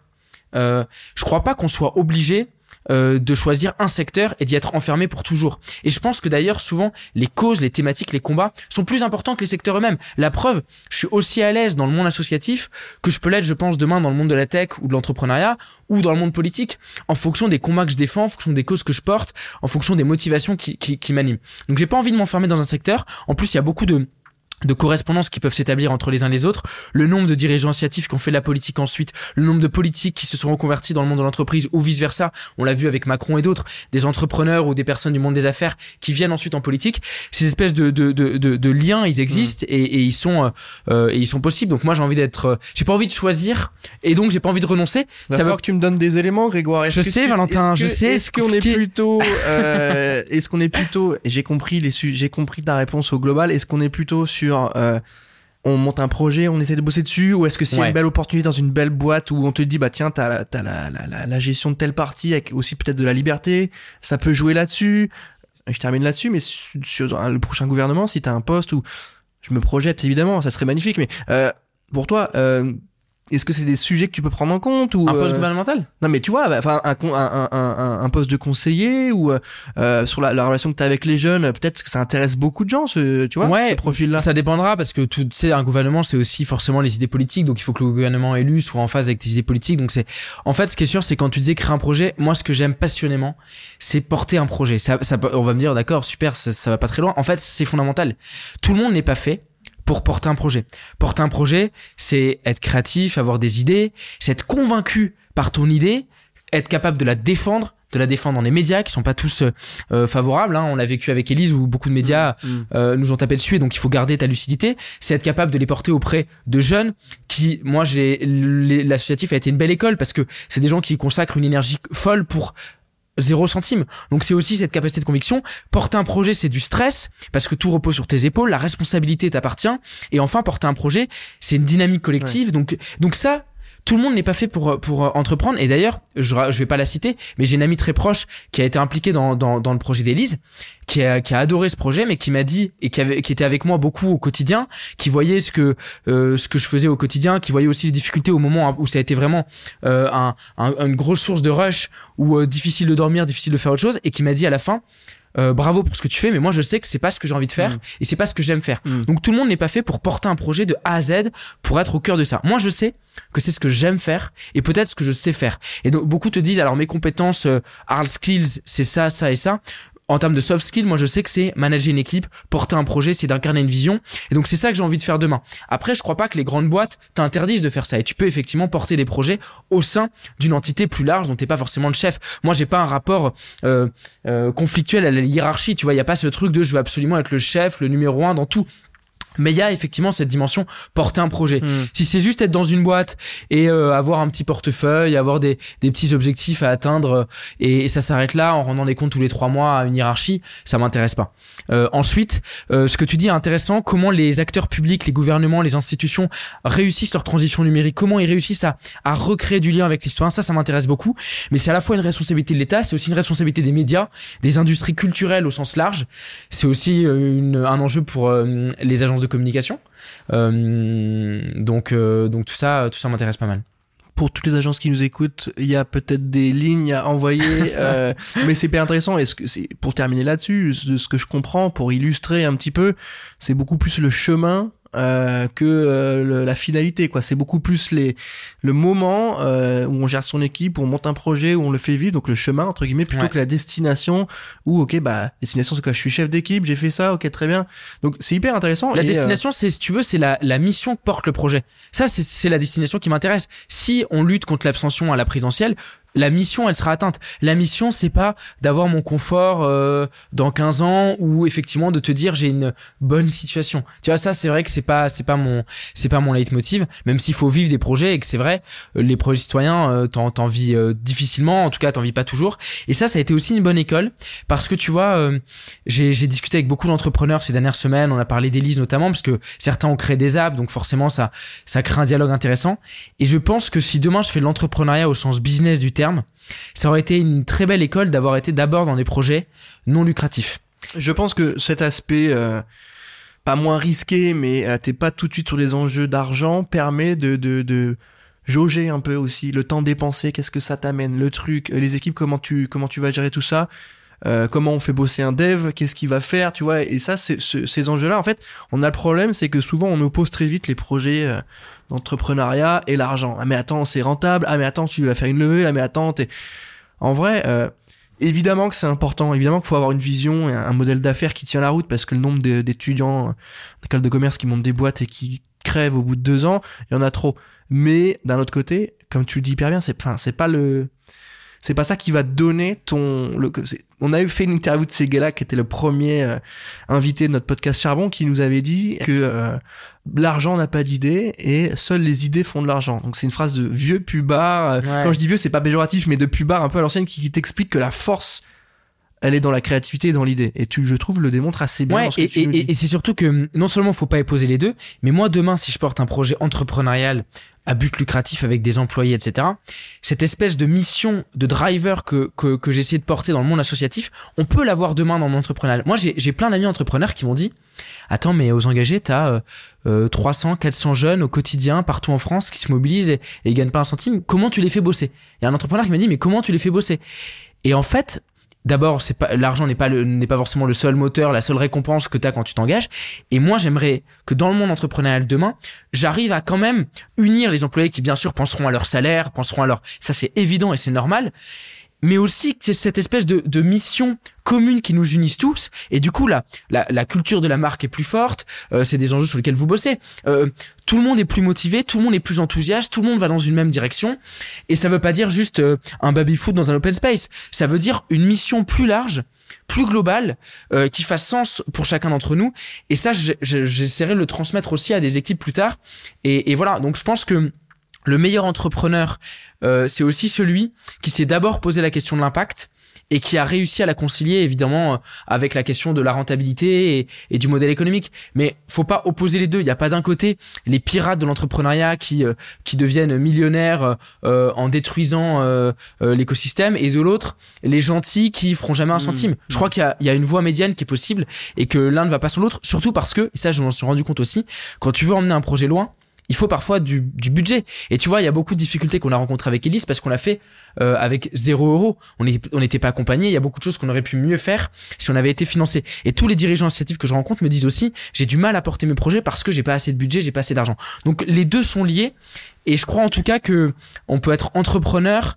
Je crois pas qu'on soit obligé de choisir un secteur et d'y être enfermé pour toujours. Et je pense que d'ailleurs, souvent, les causes, les thématiques, les combats sont plus importants que les secteurs eux-mêmes. La preuve, je suis aussi à l'aise dans le monde associatif que je peux l'être, je pense, demain dans le monde de la tech ou de l'entrepreneuriat ou dans le monde politique, en fonction des combats que je défends, en fonction des causes que je porte, en fonction des motivations qui m'animent. Donc j'ai pas envie de m'enfermer dans un secteur. En plus, il y a beaucoup de correspondances qui peuvent s'établir entre les uns et les autres, le nombre de dirigeants associatifs qui ont fait de la politique ensuite, le nombre de politiques qui se sont reconvertis dans le monde de l'entreprise ou vice versa, on l'a vu avec Macron et d'autres, des entrepreneurs ou des personnes du monde des affaires qui viennent ensuite en politique, ces espèces de liens, ils existent et ils sont possibles. Donc moi j'ai pas envie de choisir et donc j'ai pas envie de renoncer. Ça veut que tu me donnes des éléments, Grégoire. Valentin, je sais. Est-ce qu'on est plutôt et j'ai compris ta réponse au global, est-ce qu'on est plutôt sur on monte un projet, on essaie de bosser dessus, ou est-ce que c'est une belle opportunité dans une belle boîte où on te dit bah tiens t'as la gestion de telle partie avec aussi peut-être de la liberté, ça peut jouer là-dessus. Je termine là-dessus, mais sur le prochain gouvernement, si t'as un poste où je me projette évidemment, ça serait magnifique, mais pour toi est-ce que c'est des sujets que tu peux prendre en compte ou un poste gouvernemental? Non mais tu vois, enfin un poste de conseiller ou sur la relation que tu as avec les jeunes, peut-être que ça intéresse beaucoup de gens, ce profil-là. Ça dépendra parce que tu sais, un gouvernement c'est aussi forcément les idées politiques, donc il faut que le gouvernement élu soit en phase avec tes idées politiques. Donc c'est, en fait, ce qui est sûr, c'est quand tu disais créer un projet, moi ce que j'aime passionnément, c'est porter un projet. Ça, on va me dire d'accord, super, ça va pas très loin. En fait, c'est fondamental. Tout le monde n'est pas fait pour porter un projet. Porter un projet, c'est être créatif, avoir des idées, c'est être convaincu par ton idée, être capable de la défendre dans les médias qui sont pas tous favorables. Hein. On l'a vécu avec Élise où beaucoup de médias nous ont tapé dessus, et donc il faut garder ta lucidité. C'est être capable de les porter auprès de jeunes qui, moi, l'associatif a été une belle école parce que c'est des gens qui consacrent une énergie folle pour 0 centime. Donc c'est aussi cette capacité de conviction. Porter un projet, c'est du stress parce que tout repose sur tes épaules, la responsabilité t'appartient. Et enfin, porter un projet, c'est une dynamique collective. Ouais. Donc ça, tout le monde n'est pas fait pour entreprendre. Et d'ailleurs, je vais pas la citer, mais j'ai une amie très proche qui a été impliquée dans le projet d'Élise, qui a adoré ce projet, mais qui m'a dit, et qui était avec moi beaucoup au quotidien, qui voyait ce que je faisais au quotidien, qui voyait aussi les difficultés au moment où ça a été vraiment une grosse source de rush, ou difficile de dormir, difficile de faire autre chose, et qui m'a dit à la fin, bravo pour ce que tu fais, mais moi je sais que c'est pas ce que j'ai envie de faire et c'est pas ce que j'aime faire. Donc tout le monde n'est pas fait pour porter un projet de A à Z, pour être au cœur de ça. Moi je sais que c'est ce que j'aime faire et peut-être ce que je sais faire. Et donc beaucoup te disent alors mes compétences hard skills c'est ça, ça et ça. En termes de soft skills, moi je sais que c'est manager une équipe, porter un projet, c'est d'incarner une vision. Et donc c'est ça que j'ai envie de faire demain. Après, je crois pas que les grandes boîtes t'interdisent de faire ça. Et tu peux effectivement porter des projets au sein d'une entité plus large dont t'es pas forcément le chef. Moi, j'ai pas un rapport conflictuel à la hiérarchie. Tu vois, il y a pas ce truc de je veux absolument être le chef, le numéro 1 dans tout. Mais il y a effectivement cette dimension porter un projet. Si c'est juste être dans une boîte et avoir un petit portefeuille, avoir des petits objectifs à atteindre et ça s'arrête là en rendant des comptes tous les 3 mois à une hiérarchie, ça m'intéresse pas. Ensuite, ce que tu dis est intéressant, comment les acteurs publics, les gouvernements, les institutions réussissent leur transition numérique, comment ils réussissent à recréer du lien avec les citoyens, ça m'intéresse beaucoup. Mais c'est à la fois une responsabilité de l'État, c'est aussi une responsabilité des médias, des industries culturelles au sens large. C'est aussi un enjeu pour les agences de communication. Donc tout ça m'intéresse pas mal. Pour toutes les agences qui nous écoutent, il y a peut-être des lignes à envoyer, mais c'est hyper intéressant. Est-ce que c'est pour terminer là-dessus, de ce que je comprends, pour illustrer un petit peu, c'est beaucoup plus le chemin que la finalité, quoi. C'est beaucoup plus le moment où on gère son équipe, où on monte un projet, où on le fait vivre, donc le chemin entre guillemets, plutôt que la destination où ok, destination c'est quoi, je suis chef d'équipe, j'ai fait ça, ok, très bien. Donc c'est hyper intéressant. La destination, c'est, si tu veux, c'est la mission que porte le projet. Ça, c'est la destination qui m'intéresse. Si on lutte contre l'abstention à la présidentielle, la mission, elle sera atteinte. La mission, c'est pas d'avoir mon confort dans 15 ans ou effectivement de te dire j'ai une bonne situation. Tu vois, ça, c'est vrai que c'est pas mon leitmotiv, même s'il faut vivre des projets et que c'est vrai, les projets citoyens, t'en vis difficilement, en tout cas, t'en vis pas toujours. Et ça a été aussi une bonne école parce que tu vois, j'ai discuté avec beaucoup d'entrepreneurs ces dernières semaines, on a parlé d'Élise notamment parce que certains ont créé des apps, donc forcément, ça crée un dialogue intéressant. Et je pense que si demain je fais de l'entrepreneuriat au sens business du terme, ça aurait été une très belle école d'avoir été d'abord dans des projets non lucratifs. Je pense que cet aspect pas moins risqué, mais t'es pas tout de suite sur les enjeux d'argent, permet de jauger un peu aussi le temps dépensé, qu'est-ce que ça t'amène, le truc, les équipes, comment tu vas gérer tout ça, comment on fait bosser un dev, qu'est-ce qu'il va faire, tu vois. Et ça, ces enjeux-là, en fait, on a le problème, c'est que souvent on oppose très vite les projets d'entrepreneuriat et l'argent. Ah mais attends, c'est rentable. Ah mais attends, tu vas faire une levée. Ah mais attends, en vrai, évidemment que c'est important. Évidemment qu'il faut avoir une vision et un modèle d'affaires qui tient la route, parce que le nombre d'étudiants d'école de commerce qui montent des boîtes et qui crèvent au bout de 2 ans, il y en a trop. Mais d'un autre côté, comme tu le dis hyper bien, c'est pas ça qui va te donner on a fait une interview de Seguela, qui était le premier invité de notre podcast Charbon, qui nous avait dit que l'argent n'a pas d'idée et seules les idées font de l'argent. Donc c'est une phrase de vieux pubard. Quand je dis vieux, c'est pas péjoratif, mais de pubard un peu à l'ancienne, qui t'explique que la force, elle est dans la créativité et dans l'idée. Et je trouve, le démontre assez bien dans ce que tu nous dis. Et c'est surtout que non seulement faut pas opposer les deux, mais moi demain, si je porte un projet entrepreneurial à but lucratif avec des employés, etc., cette espèce de mission, de driver que j'essaie de porter dans le monde associatif, on peut l'avoir demain dans mon entrepreneurial. Moi, j'ai plein d'amis entrepreneurs qui m'ont dit, attends, mais aux engagés, t'as 300, 400 jeunes au quotidien, partout en France, qui se mobilisent et ils gagnent pas un centime. Comment tu les fais bosser? Il y a un entrepreneur qui m'a dit, mais comment tu les fais bosser? Et en fait, d'abord, l'argent n'est pas forcément le seul moteur, la seule récompense que t'as quand tu t'engages. Et moi, j'aimerais que dans le monde entrepreneurial demain, j'arrive à quand même unir les employés qui, bien sûr, penseront à leur salaire, ça c'est évident et c'est normal. Mais aussi que c'est cette espèce de mission commune qui nous unisse tous. Et du coup, la culture de la marque est plus forte. C'est des enjeux sur lesquels vous bossez. Tout le monde est plus motivé, tout le monde est plus enthousiaste, tout le monde va dans une même direction. Et ça veut pas dire juste un baby-foot dans un open space. Ça veut dire une mission plus large, plus globale, qui fasse sens pour chacun d'entre nous. Et ça, j'essaierai de le transmettre aussi à des équipes plus tard. Et voilà. Donc, je pense que le meilleur entrepreneur, c'est aussi celui qui s'est d'abord posé la question de l'impact et qui a réussi à la concilier, évidemment, avec la question de la rentabilité et du modèle économique. Mais faut pas opposer les deux. Il y a pas d'un côté les pirates de l'entrepreneuriat qui deviennent millionnaires en détruisant l'écosystème, et de l'autre les gentils qui feront jamais un centime. Je crois qu'il y a une voie médiane qui est possible et que l'un ne va pas sans l'autre, surtout parce que, et ça je m'en suis rendu compte aussi, quand tu veux emmener un projet loin, il faut parfois du budget. Et tu vois, il y a beaucoup de difficultés qu'on a rencontrées avec Élise parce qu'on l'a fait avec 0 €. On n'était pas accompagné. Il y a beaucoup de choses qu'on aurait pu mieux faire si on avait été financé. Et tous les dirigeants associatifs que je rencontre me disent aussi, j'ai du mal à porter mes projets parce que j'ai pas assez de budget, j'ai pas assez d'argent. Donc les deux sont liés. Et je crois en tout cas que on peut être entrepreneur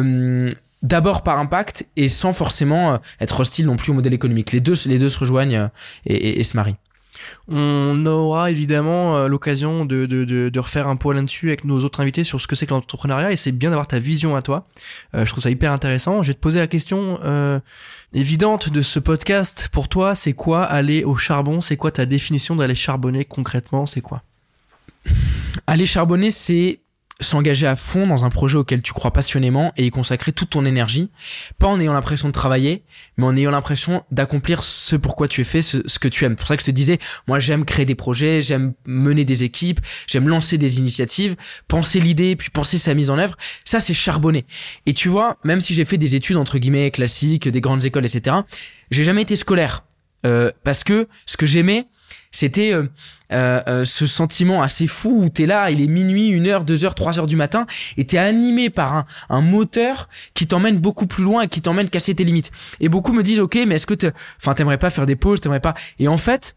d'abord par impact et sans forcément être hostile non plus au modèle économique. Les deux se rejoignent et se marient. On aura évidemment l'occasion de refaire un point là-dessus avec nos autres invités sur ce que c'est que l'entrepreneuriat, et c'est bien d'avoir ta vision à toi. Je trouve ça hyper intéressant. Je vais te poser la question évidente de ce podcast. Pour toi, c'est quoi aller au charbon? C'est quoi ta définition d'aller charbonner concrètement? C'est quoi? Aller charbonner, c'est s'engager à fond dans un projet auquel tu crois passionnément et y consacrer toute ton énergie, pas en ayant l'impression de travailler, mais en ayant l'impression d'accomplir ce pourquoi tu es fait, ce que tu aimes. C'est pour ça que je te disais, moi j'aime créer des projets, j'aime mener des équipes, j'aime lancer des initiatives, penser l'idée, puis penser sa mise en œuvre. Ça, c'est charbonner. Et tu vois, même si j'ai fait des études entre guillemets classiques, des grandes écoles, etc., j'ai jamais été scolaire. Parce que ce que j'aimais, c'était ce sentiment assez fou où t'es là, il est minuit, 1h, 2h, 3h du matin, et t'es animé par un moteur qui t'emmène beaucoup plus loin et qui t'emmène casser tes limites. Et beaucoup me disent, ok, mais est-ce que t'aimerais pas faire des pauses, t'aimerais pas... Et en fait,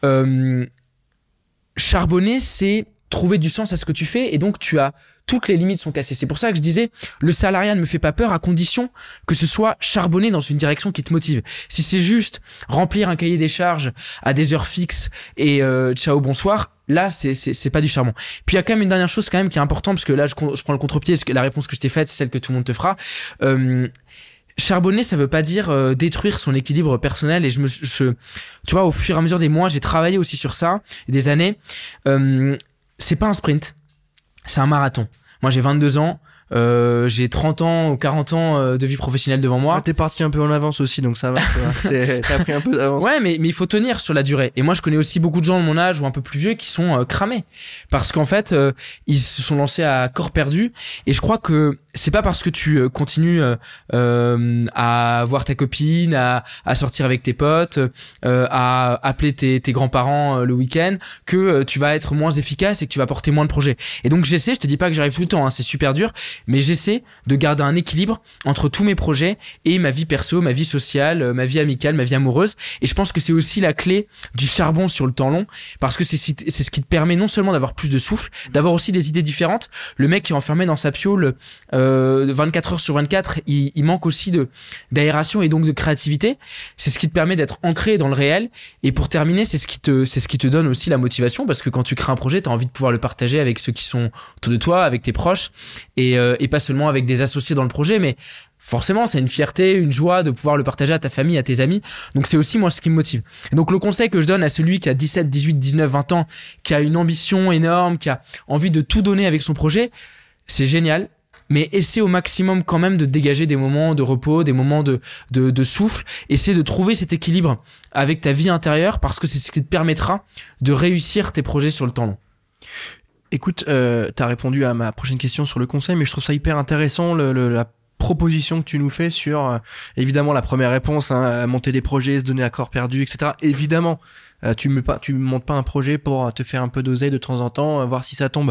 charbonner, c'est trouver du sens à ce que tu fais, et donc toutes les limites sont cassées. C'est pour ça que je disais, le salariat ne me fait pas peur à condition que ce soit charbonné dans une direction qui te motive. Si c'est juste remplir un cahier des charges à des heures fixes et ciao, bonsoir, là, c'est pas du charbon. Puis il y a quand même une dernière chose quand même qui est importante, parce que là, je prends le contre-pied, parce que la réponse que je t'ai faite, c'est celle que tout le monde te fera. Charbonner, ça veut pas dire détruire son équilibre personnel. Et tu vois, au fur et à mesure des mois, j'ai travaillé aussi sur ça, des années. C'est pas un sprint, c'est un marathon. Moi, j'ai 22 ans, j'ai 30 ans ou 40 ans de vie professionnelle devant moi. Ah, t'es parti un peu en avance aussi, donc ça va. T'as pris un peu d'avance. Ouais, mais il faut tenir sur la durée. Et moi, je connais aussi beaucoup de gens de mon âge ou un peu plus vieux qui sont cramés. Parce qu'en fait, ils se sont lancés à corps perdu. Et je crois que c'est pas parce que tu continues à voir ta copine, à sortir avec tes potes, à appeler tes grands-parents le week-end, que tu vas être moins efficace et que tu vas porter moins de projets. Et donc j'essaie, je te dis pas que j'arrive tout le temps, hein, c'est super dur, mais j'essaie de garder un équilibre entre tous mes projets et ma vie perso, ma vie sociale, ma vie amicale, ma vie amoureuse. Et je pense que c'est aussi la clé du charbon sur le temps long, parce que c'est ce qui te permet non seulement d'avoir plus de souffle, d'avoir aussi des idées différentes. Le mec qui est enfermé dans sa piole 24 heures sur 24, il manque aussi d'aération et donc de créativité. C'est ce qui te permet d'être ancré dans le réel. Et pour terminer, c'est ce qui te donne aussi la motivation, parce que quand tu crées un projet, t'as envie de pouvoir le partager avec ceux qui sont autour de toi, avec tes proches, et pas seulement avec des associés dans le projet, mais forcément, c'est une fierté, une joie de pouvoir le partager à ta famille, à tes amis. Donc c'est aussi moi ce qui me motive. Et donc le conseil que je donne à celui qui a 17, 18, 19, 20 ans, qui a une ambition énorme, qui a envie de tout donner avec son projet, c'est génial. Mais essaie au maximum quand même de dégager des moments de repos, des moments de souffle. Essaie de trouver cet équilibre avec ta vie intérieure, parce que c'est ce qui te permettra de réussir tes projets sur le temps long. Écoute, t'as répondu à ma prochaine question sur le conseil, mais je trouve ça hyper intéressant, la proposition que tu nous fais sur, évidemment, la première réponse, hein, monter des projets, se donner à corps perdu, etc. Évidemment, tu montes pas un projet pour te faire un peu d'oseille de temps en temps, voir si ça tombe.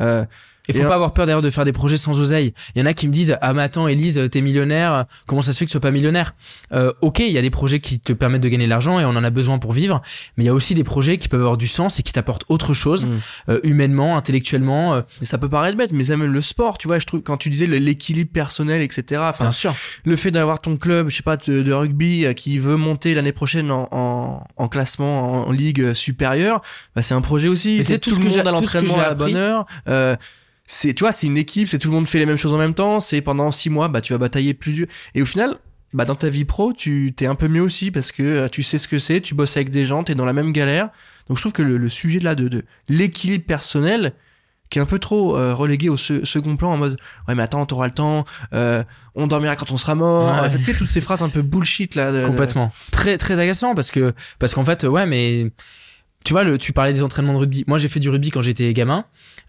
Il faut pas avoir peur d'ailleurs de faire des projets sans oseille. Il y en a qui me disent, ah mais attends Élise, t'es millionnaire, comment ça se fait que tu sois pas millionnaire? Ok, il y a des projets qui te permettent de gagner de l'argent et on en a besoin pour vivre, mais il y a aussi des projets qui peuvent avoir du sens et qui t'apportent autre chose, humainement, intellectuellement. Et ça peut paraître bête, mais ça, même le sport, tu vois, je trouve, quand tu disais l'équilibre personnel, etc. Enfin, bien sûr. Le fait d'avoir ton club, je sais pas, de rugby qui veut monter l'année prochaine en classement, en ligue supérieure, bah c'est un projet aussi. C'est tout le monde à l'entraînement à la bonne heure. Tu vois, c'est une équipe, c'est tout le monde fait les mêmes choses en même temps, c'est pendant 6 mois, bah tu vas batailler plus dur. Et au final, bah dans ta vie pro, t'es un peu mieux aussi, parce que tu sais ce que c'est, tu bosses avec des gens, t'es dans la même galère. Donc je trouve que le sujet là de l'équilibre personnel, qui est un peu trop relégué au second plan, en mode ouais mais attends, t'auras le temps, on dormira quand on sera mort. Ouais. Tu sais, toutes ces phrases un peu bullshit là. Complètement. Très très agaçant, parce qu'en fait ouais, mais tu vois, tu parlais des entraînements de rugby. Moi, j'ai fait du rugby quand j'étais gamin.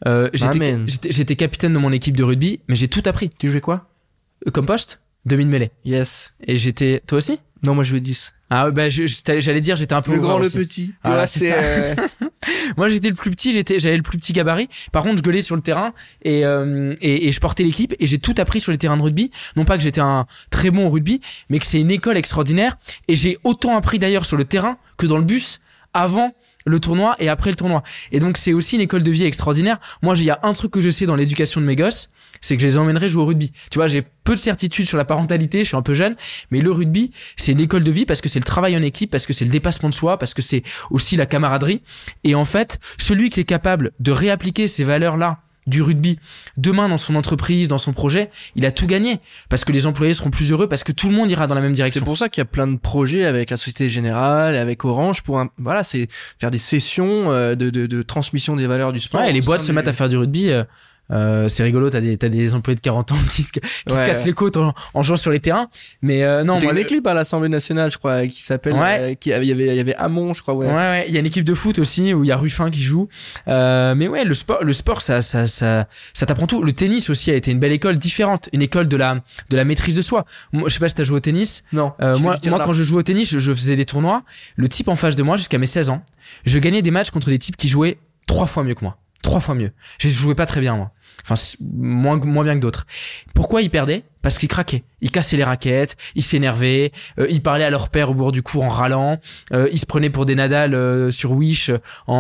J'étais capitaine de mon équipe de rugby, mais j'ai tout appris. Tu jouais quoi? Comme poste, demi-mêlée. Yes. Et j'étais... Toi aussi? Non, moi je jouais 10. Ah bah j'allais dire j'étais un peu le grand, le aussi. petit. Ah, là, c'est ça. Moi j'étais le plus petit, j'avais le plus petit gabarit. Par contre je gueulais sur le terrain et je portais l'équipe et j'ai tout appris sur les terrains de rugby. Non pas que j'étais un très bon au rugby, mais que c'est une école extraordinaire, et j'ai autant appris d'ailleurs sur le terrain que dans le bus avant le tournoi et après le tournoi. Et donc c'est aussi une école de vie extraordinaire. Moi, il y a un truc que je sais dans l'éducation de mes gosses, c'est que je les emmènerai jouer au rugby. Tu vois, j'ai peu de certitude sur la parentalité, je suis un peu jeune, mais le rugby, c'est une école de vie parce que c'est le travail en équipe, parce que c'est le dépassement de soi, parce que c'est aussi la camaraderie. Et en fait, celui qui est capable de réappliquer ces valeurs-là du rugby demain dans son entreprise, dans son projet, il a tout gagné parce que les employés seront plus heureux, parce que tout le monde ira dans la même direction. C'est pour ça qu'il y a plein de projets avec la Société Générale, avec Orange pour c'est faire des sessions de transmission des valeurs du sport. Ouais, et les boîtes se mettent à faire du rugby. C'est rigolo, t'as des employés de 40 ans qui se cassent les côtes en jouant sur les terrains. Mais non, il y a une équipe à l'Assemblée nationale, je crois, qui s'appelle, il y avait Hamon, je crois. Ouais. Il y a une équipe de foot aussi où il y a Ruffin qui joue. Mais ouais, le sport, ça t'apprend tout. Le tennis aussi a été une belle école différente, une école de la maîtrise de soi. Moi, je sais pas si t'as joué au tennis. Non. Moi, quand je jouais au tennis, je faisais des tournois. Le type en face de moi, jusqu'à mes 16 ans, je gagnais des matchs contre des types qui jouaient 3 fois mieux que moi. 3 fois mieux. Je jouais pas très bien, moi. Enfin, moins bien que d'autres. Pourquoi ils perdaient? Parce qu'ils craquaient. Ils cassaient les raquettes, ils s'énervaient, ils parlaient à leur père au bord du cours en râlant, ils se prenaient pour des Nadal sur Wish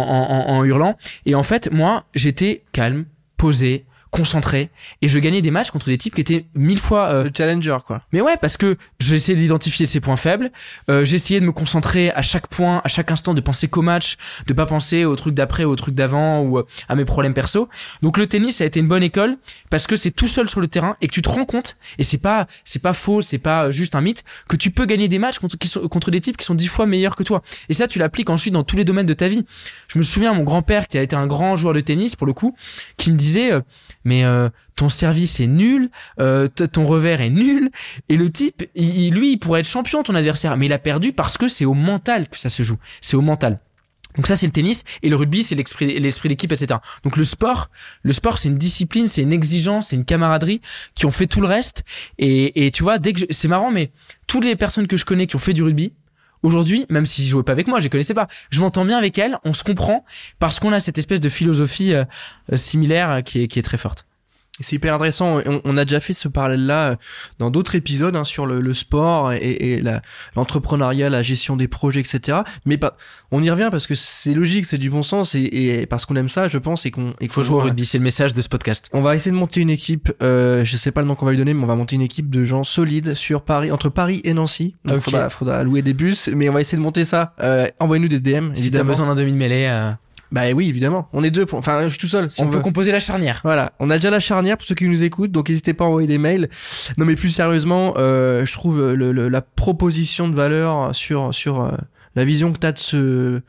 en hurlant. Et en fait, moi, j'étais calme, posé, concentré, et je gagnais des matchs contre des types qui étaient 1000 fois le challenger, quoi. Mais ouais, parce que j'essayais d'identifier ses points faibles, j'essayais de me concentrer à chaque point, à chaque instant, de penser qu'au match, de pas penser au truc d'après, au truc d'avant ou à mes problèmes perso. Donc le tennis, ça a été une bonne école parce que c'est tout seul sur le terrain et que tu te rends compte, et c'est pas faux, c'est pas juste un mythe, que tu peux gagner des matchs contre des types qui sont 10 fois meilleurs que toi. Et ça, tu l'appliques ensuite dans tous les domaines de ta vie. Je me souviens, mon grand-père, qui a été un grand joueur de tennis pour le coup, qui me disait mais ton service est nul, ton revers est nul, et le type, lui, il pourrait être champion, ton adversaire, mais il a perdu parce que c'est au mental que ça se joue, c'est au mental. Donc ça, c'est le tennis, et le rugby, c'est l'esprit d'équipe, etc. Donc le sport, c'est une discipline, c'est une exigence, c'est une camaraderie qui ont fait tout le reste. Et tu vois, c'est marrant, mais toutes les personnes que je connais qui ont fait du rugby, aujourd'hui, même s'ils jouaient pas avec moi, je les connaissais pas, je m'entends bien avec elles, on se comprend, parce qu'on a cette espèce de philosophie similaire qui est très forte. C'est hyper intéressant. On a déjà fait ce parallèle-là dans d'autres épisodes sur le sport et l'entrepreneuriat, la gestion des projets, etc. Mais on y revient parce que c'est logique, c'est du bon sens et parce qu'on aime ça, je pense, et qu'il faut jouer au rugby. C'est le message de ce podcast. On va essayer de monter une équipe. Je sais pas le nom qu'on va lui donner, mais on va monter une équipe de gens solides sur Paris, entre Paris et Nancy. Donc faudra louer des bus, mais on va essayer de monter ça. Envoyez-nous des DM. Si t'as besoin d'un demi-mêlée. Bah oui, évidemment. On est deux. Enfin, je suis tout seul. Si on peut composer la charnière. Voilà. On a déjà la charnière pour ceux qui nous écoutent, donc n'hésitez pas à envoyer des mails. Non, mais plus sérieusement, je trouve la proposition de valeur sur la vision que t'as de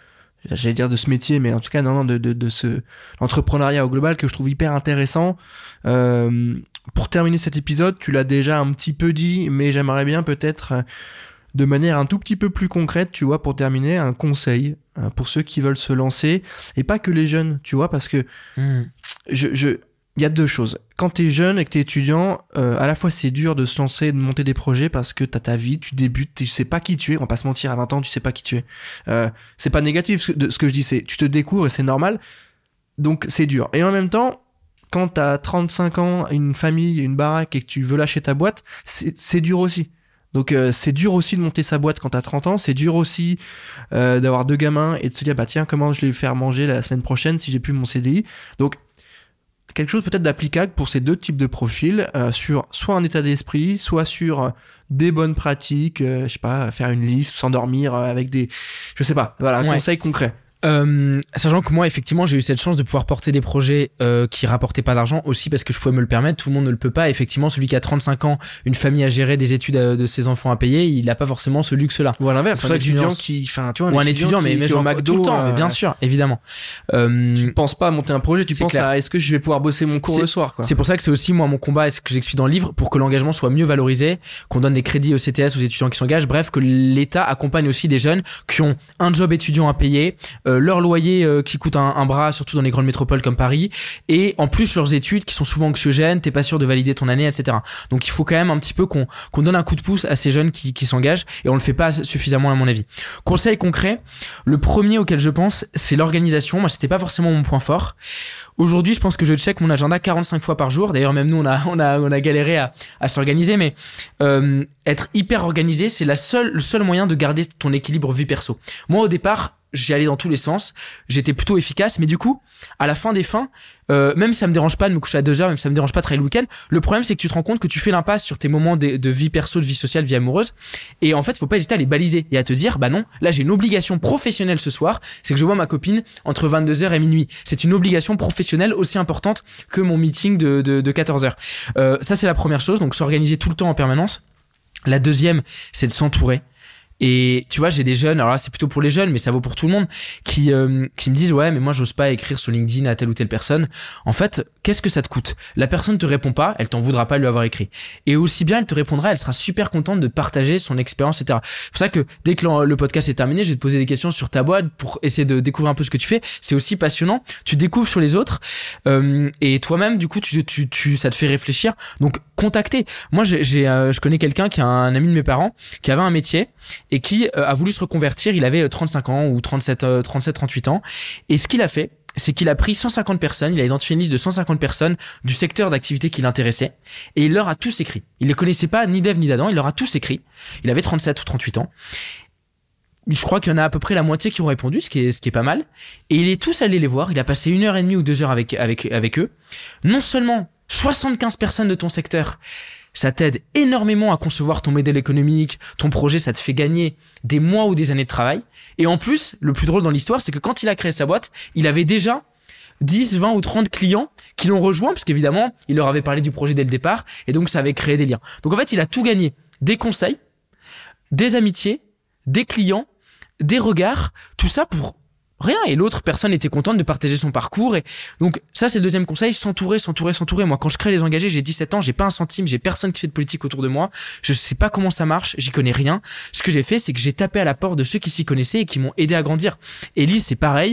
de ce métier, mais en tout cas, de ce l'entrepreneuriat au global que je trouve hyper intéressant. Pour terminer cet épisode, tu l'as déjà un petit peu dit, mais j'aimerais bien peut-être de manière un tout petit peu plus concrète, tu vois, pour terminer, un conseil pour ceux qui veulent se lancer, et pas que les jeunes, tu vois, parce que il y a deux choses. Quand t'es jeune et que t'es étudiant, à la fois c'est dur de se lancer et de monter des projets parce que t'as ta vie, tu débutes, tu sais pas qui tu es, on va pas se mentir, à 20 ans tu sais pas qui tu es. C'est pas négatif ce que je dis, c'est tu te découvres et c'est normal, donc c'est dur. Et en même temps, quand t'as 35 ans, une famille, une baraque et que tu veux lâcher ta boîte, c'est dur aussi. Donc c'est dur aussi de monter sa boîte quand t'as 30 ans, c'est dur aussi d'avoir 2 gamins et de se dire bah tiens, comment je vais faire manger la semaine prochaine si j'ai plus mon CDI. Donc quelque chose peut-être d'applicable pour ces deux types de profils, sur soit un état d'esprit, soit sur des bonnes pratiques, je sais pas, faire une liste, s'endormir avec des, je sais pas, voilà, un conseil concret. Sachant que moi effectivement j'ai eu cette chance de pouvoir porter des projets qui rapportaient pas d'argent aussi parce que je pouvais me le permettre, tout le monde ne le peut pas. Effectivement, celui qui a 35 ans, une famille à gérer, des études de ses enfants à payer, il n'a pas forcément ce luxe là. Ou à l'inverse, un étudiant qui, enfin tu vois, un étudiant mais genre, au McDo tout le temps, mais bien sûr, évidemment. Tu ne penses pas à monter un projet, tu penses clair. À est-ce que je vais pouvoir bosser mon cours le soir, quoi. C'est pour ça que c'est aussi moi mon combat et ce que j'explique dans le livre, pour que l'engagement soit mieux valorisé, qu'on donne des crédits au CTS aux étudiants qui s'engagent, bref, que l'État accompagne aussi des jeunes qui ont un job étudiant à payer, leur loyer qui coûte un bras, surtout dans les grandes métropoles comme Paris, et en plus leurs études qui sont souvent anxiogènes, t'es pas sûr de valider ton année, etc. Donc il faut quand même un petit peu qu'on donne un coup de pouce à ces jeunes qui s'engagent, et on le fait pas suffisamment à mon avis. Conseil concret, le premier auquel je pense, c'est l'organisation. Moi, c'était pas forcément mon point fort. Aujourd'hui, je pense que je check mon agenda 45 fois par jour. D'ailleurs, même nous, on a galéré à s'organiser, mais être hyper organisé, c'est le seul moyen de garder ton équilibre vie perso. Moi, au départ, j'y allais dans tous les sens, j'étais plutôt efficace, mais du coup, à la fin des fins, même ça me dérange pas de me coucher à 2 heures, même ça me dérange pas de travailler le week-end, le problème c'est que tu te rends compte que tu fais l'impasse sur tes moments de vie perso, de vie sociale, de vie amoureuse, et en fait, faut pas hésiter à les baliser et à te dire, bah non, là j'ai une obligation professionnelle ce soir, c'est que je vois ma copine entre 22h et minuit. C'est une obligation professionnelle aussi importante que mon meeting de 14h. Ça c'est la première chose, donc s'organiser tout le temps en permanence. La deuxième, c'est de s'entourer. Et tu vois, j'ai des jeunes, alors là c'est plutôt pour les jeunes, mais ça vaut pour tout le monde, qui me disent ouais, mais moi j'ose pas écrire sur LinkedIn à telle ou telle personne. En fait, qu'est-ce que ça te coûte? La personne te répond pas, elle t'en voudra pas lui avoir écrit. Et aussi bien elle te répondra, elle sera super contente de partager son expérience, etc. C'est pour ça que dès que le podcast est terminé, je vais te poser des questions sur ta boîte pour essayer de découvrir un peu ce que tu fais. C'est aussi passionnant. Tu découvres sur les autres et toi-même, du coup, ça te fait réfléchir. Donc contacter. Moi, je connais quelqu'un qui a un ami de mes parents qui avait un métier et qui a voulu se reconvertir. Il avait 35 ans ou 37, 38 ans. Et ce qu'il a fait, c'est qu'il a pris 150 personnes, il a identifié une liste de 150 personnes du secteur d'activité qui l'intéressait et il leur a tous écrit. Il les connaissait pas ni d'Ève ni d'Adam, il leur a tous écrit. Il avait 37 ou 38 ans. Je crois qu'il y en a à peu près la moitié qui ont répondu, ce qui est pas mal. Et il est tous allé les voir. Il a passé 1h30 ou 2 heures avec eux. Non seulement 75 personnes de ton secteur, ça t'aide énormément à concevoir ton modèle économique, ton projet, ça te fait gagner des mois ou des années de travail. Et en plus, le plus drôle dans l'histoire, c'est que quand il a créé sa boîte, il avait déjà 10, 20 ou 30 clients qui l'ont rejoint, parce qu'évidemment, il leur avait parlé du projet dès le départ, et donc ça avait créé des liens. Donc en fait, il a tout gagné. Des conseils, des amitiés, des clients, des regards, tout ça pour rien. Et l'autre personne était contente de partager son parcours. Et donc ça, c'est le deuxième conseil, s'entourer. Moi, quand je crée les engagés, j'ai 17 ans, j'ai pas un centime, j'ai personne qui fait de politique autour de moi. Je sais pas comment ça marche, j'y connais rien. Ce que j'ai fait, c'est que j'ai tapé à la porte de ceux qui s'y connaissaient et qui m'ont aidé à grandir. Elise, c'est pareil.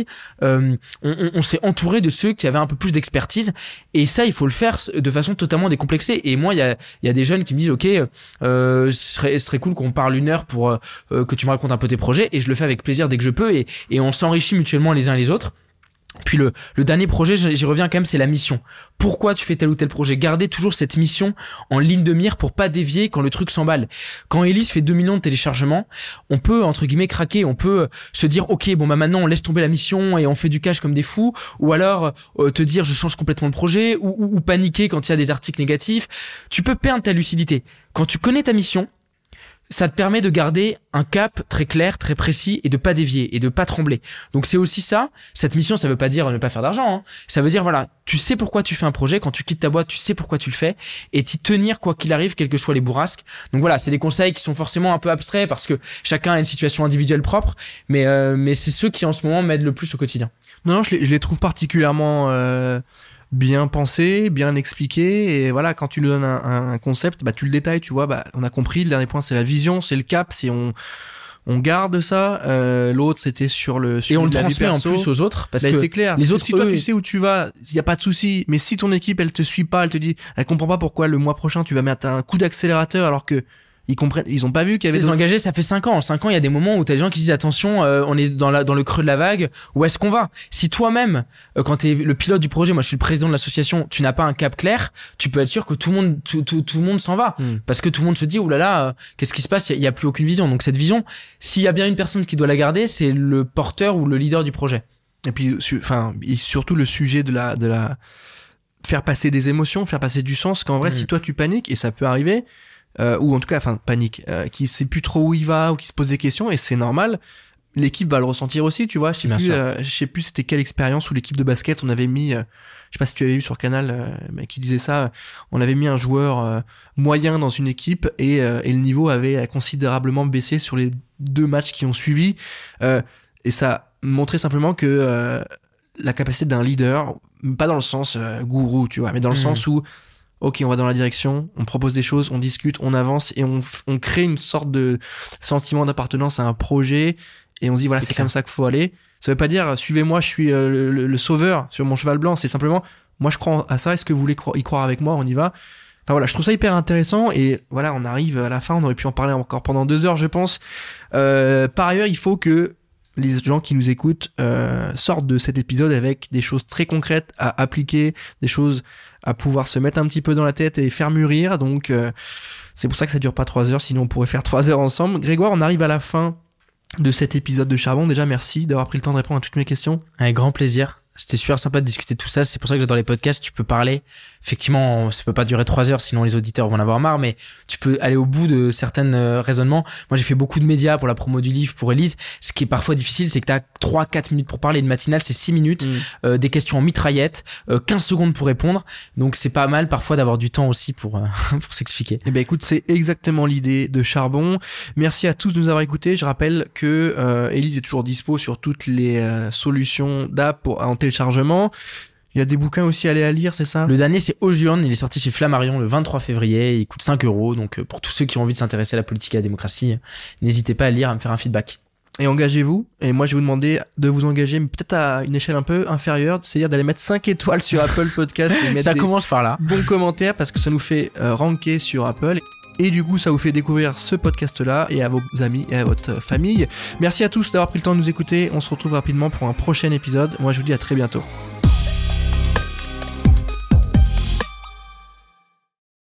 On s'est entouré de ceux qui avaient un peu plus d'expertise. Et ça, il faut le faire de façon totalement décomplexée. Et moi, il y a des jeunes qui me disent, OK, ce serait cool qu'on parle 1 heure pour que tu me racontes un peu tes projets. Et je le fais avec plaisir dès que je peux. Et on s'enrichit mutuellement les uns les autres. Puis le dernier projet, j'y reviens quand même, c'est la mission. Pourquoi tu fais tel ou tel projet? Garder toujours cette mission en ligne de mire pour pas dévier quand le truc s'emballe. Quand Elise fait 2 millions de téléchargements, on peut, entre guillemets, craquer. On peut se dire, OK, bon, bah maintenant, on laisse tomber la mission et on fait du cash comme des fous. Ou alors, te dire, je change complètement le projet ou paniquer quand il y a des articles négatifs. Tu peux perdre ta lucidité. Quand tu connais ta mission, ça te permet de garder un cap très clair, très précis et de pas dévier et de pas trembler. Donc c'est aussi ça. Cette mission, ça veut pas dire ne pas faire d'argent, hein. Ça veut dire, voilà, tu sais pourquoi tu fais un projet. Quand tu quittes ta boîte, tu sais pourquoi tu le fais et t'y tenir quoi qu'il arrive, quels que soient les bourrasques. Donc voilà, c'est des conseils qui sont forcément un peu abstraits parce que chacun a une situation individuelle propre, mais c'est ceux qui en ce moment m'aident le plus au quotidien. Non, je les trouve particulièrement bien pensé, bien expliqué, et voilà, quand tu nous donnes un concept, bah tu le détailles, tu vois, bah on a compris, le dernier point c'est la vision, c'est le cap, c'est on garde ça, l'autre c'était sur le et on le transmet en plus aux autres parce bah, que c'est clair. Les autres, si toi tu sais où tu vas, il y a pas de souci, mais si ton équipe elle te suit pas, elle te dit, elle comprend pas pourquoi le mois prochain tu vas mettre un coup d'accélérateur alors que ils ont pas vu qu'il y avait des engagés, ça fait 5 ans. En 5 ans, il y a des moments où t'as des gens qui disent attention, on est dans le creux de la vague, où est-ce qu'on va? Si toi-même, quand t'es le pilote du projet, moi je suis le président de l'association, tu n'as pas un cap clair, tu peux être sûr que tout le monde s'en va. Parce que tout le monde se dit, oulala, qu'est-ce qui se passe? Il y a plus aucune vision. Donc cette vision, s'il y a bien une personne qui doit la garder, c'est le porteur ou le leader du projet. Et puis, surtout le sujet de la faire passer des émotions, faire passer du sens, qu'en vrai, si toi tu paniques, et ça peut arriver, ou en tout cas, panique, qui sait plus trop où il va, ou qui se pose des questions, et c'est normal, l'équipe va le ressentir aussi, tu vois. Je sais plus c'était quelle expérience où l'équipe de basket, on avait mis, je sais pas si tu avais vu sur Canal, mais qui disait ça, on avait mis un joueur moyen dans une équipe, et le niveau avait considérablement baissé sur les 2 matchs qui ont suivi, et ça montrait simplement que la capacité d'un leader, pas dans le sens gourou, tu vois, mais dans le sens où OK, on va dans la direction, on propose des choses, on discute, on avance et on crée une sorte de sentiment d'appartenance à un projet et on se dit voilà, c'est comme ça qu'il faut aller. Ça veut pas dire suivez-moi, je suis le sauveur sur mon cheval blanc, c'est simplement moi je crois à ça, est-ce que vous voulez y croire avec moi, on y va. Enfin voilà, je trouve ça hyper intéressant et voilà, on arrive à la fin, on aurait pu en parler encore pendant 2 heures je pense. Par ailleurs, il faut que les gens qui nous écoutent sortent de cet épisode avec des choses très concrètes à appliquer, des choses à pouvoir se mettre un petit peu dans la tête et faire mûrir. Donc c'est pour ça que ça dure pas 3 heures, sinon on pourrait faire 3 heures ensemble. Grégoire, on arrive à la fin de cet épisode de Charbon. Déjà, merci d'avoir pris le temps de répondre à toutes mes questions. Avec grand plaisir. C'était super sympa de discuter de tout ça. C'est pour ça que j'adore les podcasts. Tu peux parler. Effectivement, ça peut pas durer 3 heures, sinon les auditeurs vont en avoir marre, mais tu peux aller au bout de certains raisonnements. Moi, j'ai fait beaucoup de médias pour la promo du livre, pour Élise. Ce qui est parfois difficile, c'est que t'as 3-4 minutes pour parler. Une matinale, c'est 6 minutes, des questions en mitraillette, 15 secondes pour répondre. Donc, c'est pas mal parfois d'avoir du temps aussi pour s'expliquer. Eh ben, écoute, c'est exactement l'idée de Charbon. Merci à tous de nous avoir écoutés. Je rappelle que Élise est toujours dispo sur toutes les solutions d'app en téléchargement. Il y a des bouquins aussi à aller à lire, c'est ça? Le dernier, c'est Aux urnes. Il est sorti chez Flammarion le 23 février. Il coûte 5 €. Donc, pour tous ceux qui ont envie de s'intéresser à la politique et à la démocratie, n'hésitez pas à lire, à me faire un feedback. Et engagez-vous. Et moi, je vais vous demander de vous engager, mais peut-être à une échelle un peu inférieure, c'est-à-dire d'aller mettre 5 étoiles sur Apple Podcast et mettre Ça commence par là. bons commentaires parce que ça nous fait ranker sur Apple. Et du coup, ça vous fait découvrir ce podcast-là et à vos amis et à votre famille. Merci à tous d'avoir pris le temps de nous écouter. On se retrouve rapidement pour un prochain épisode. Moi, je vous dis à très bientôt.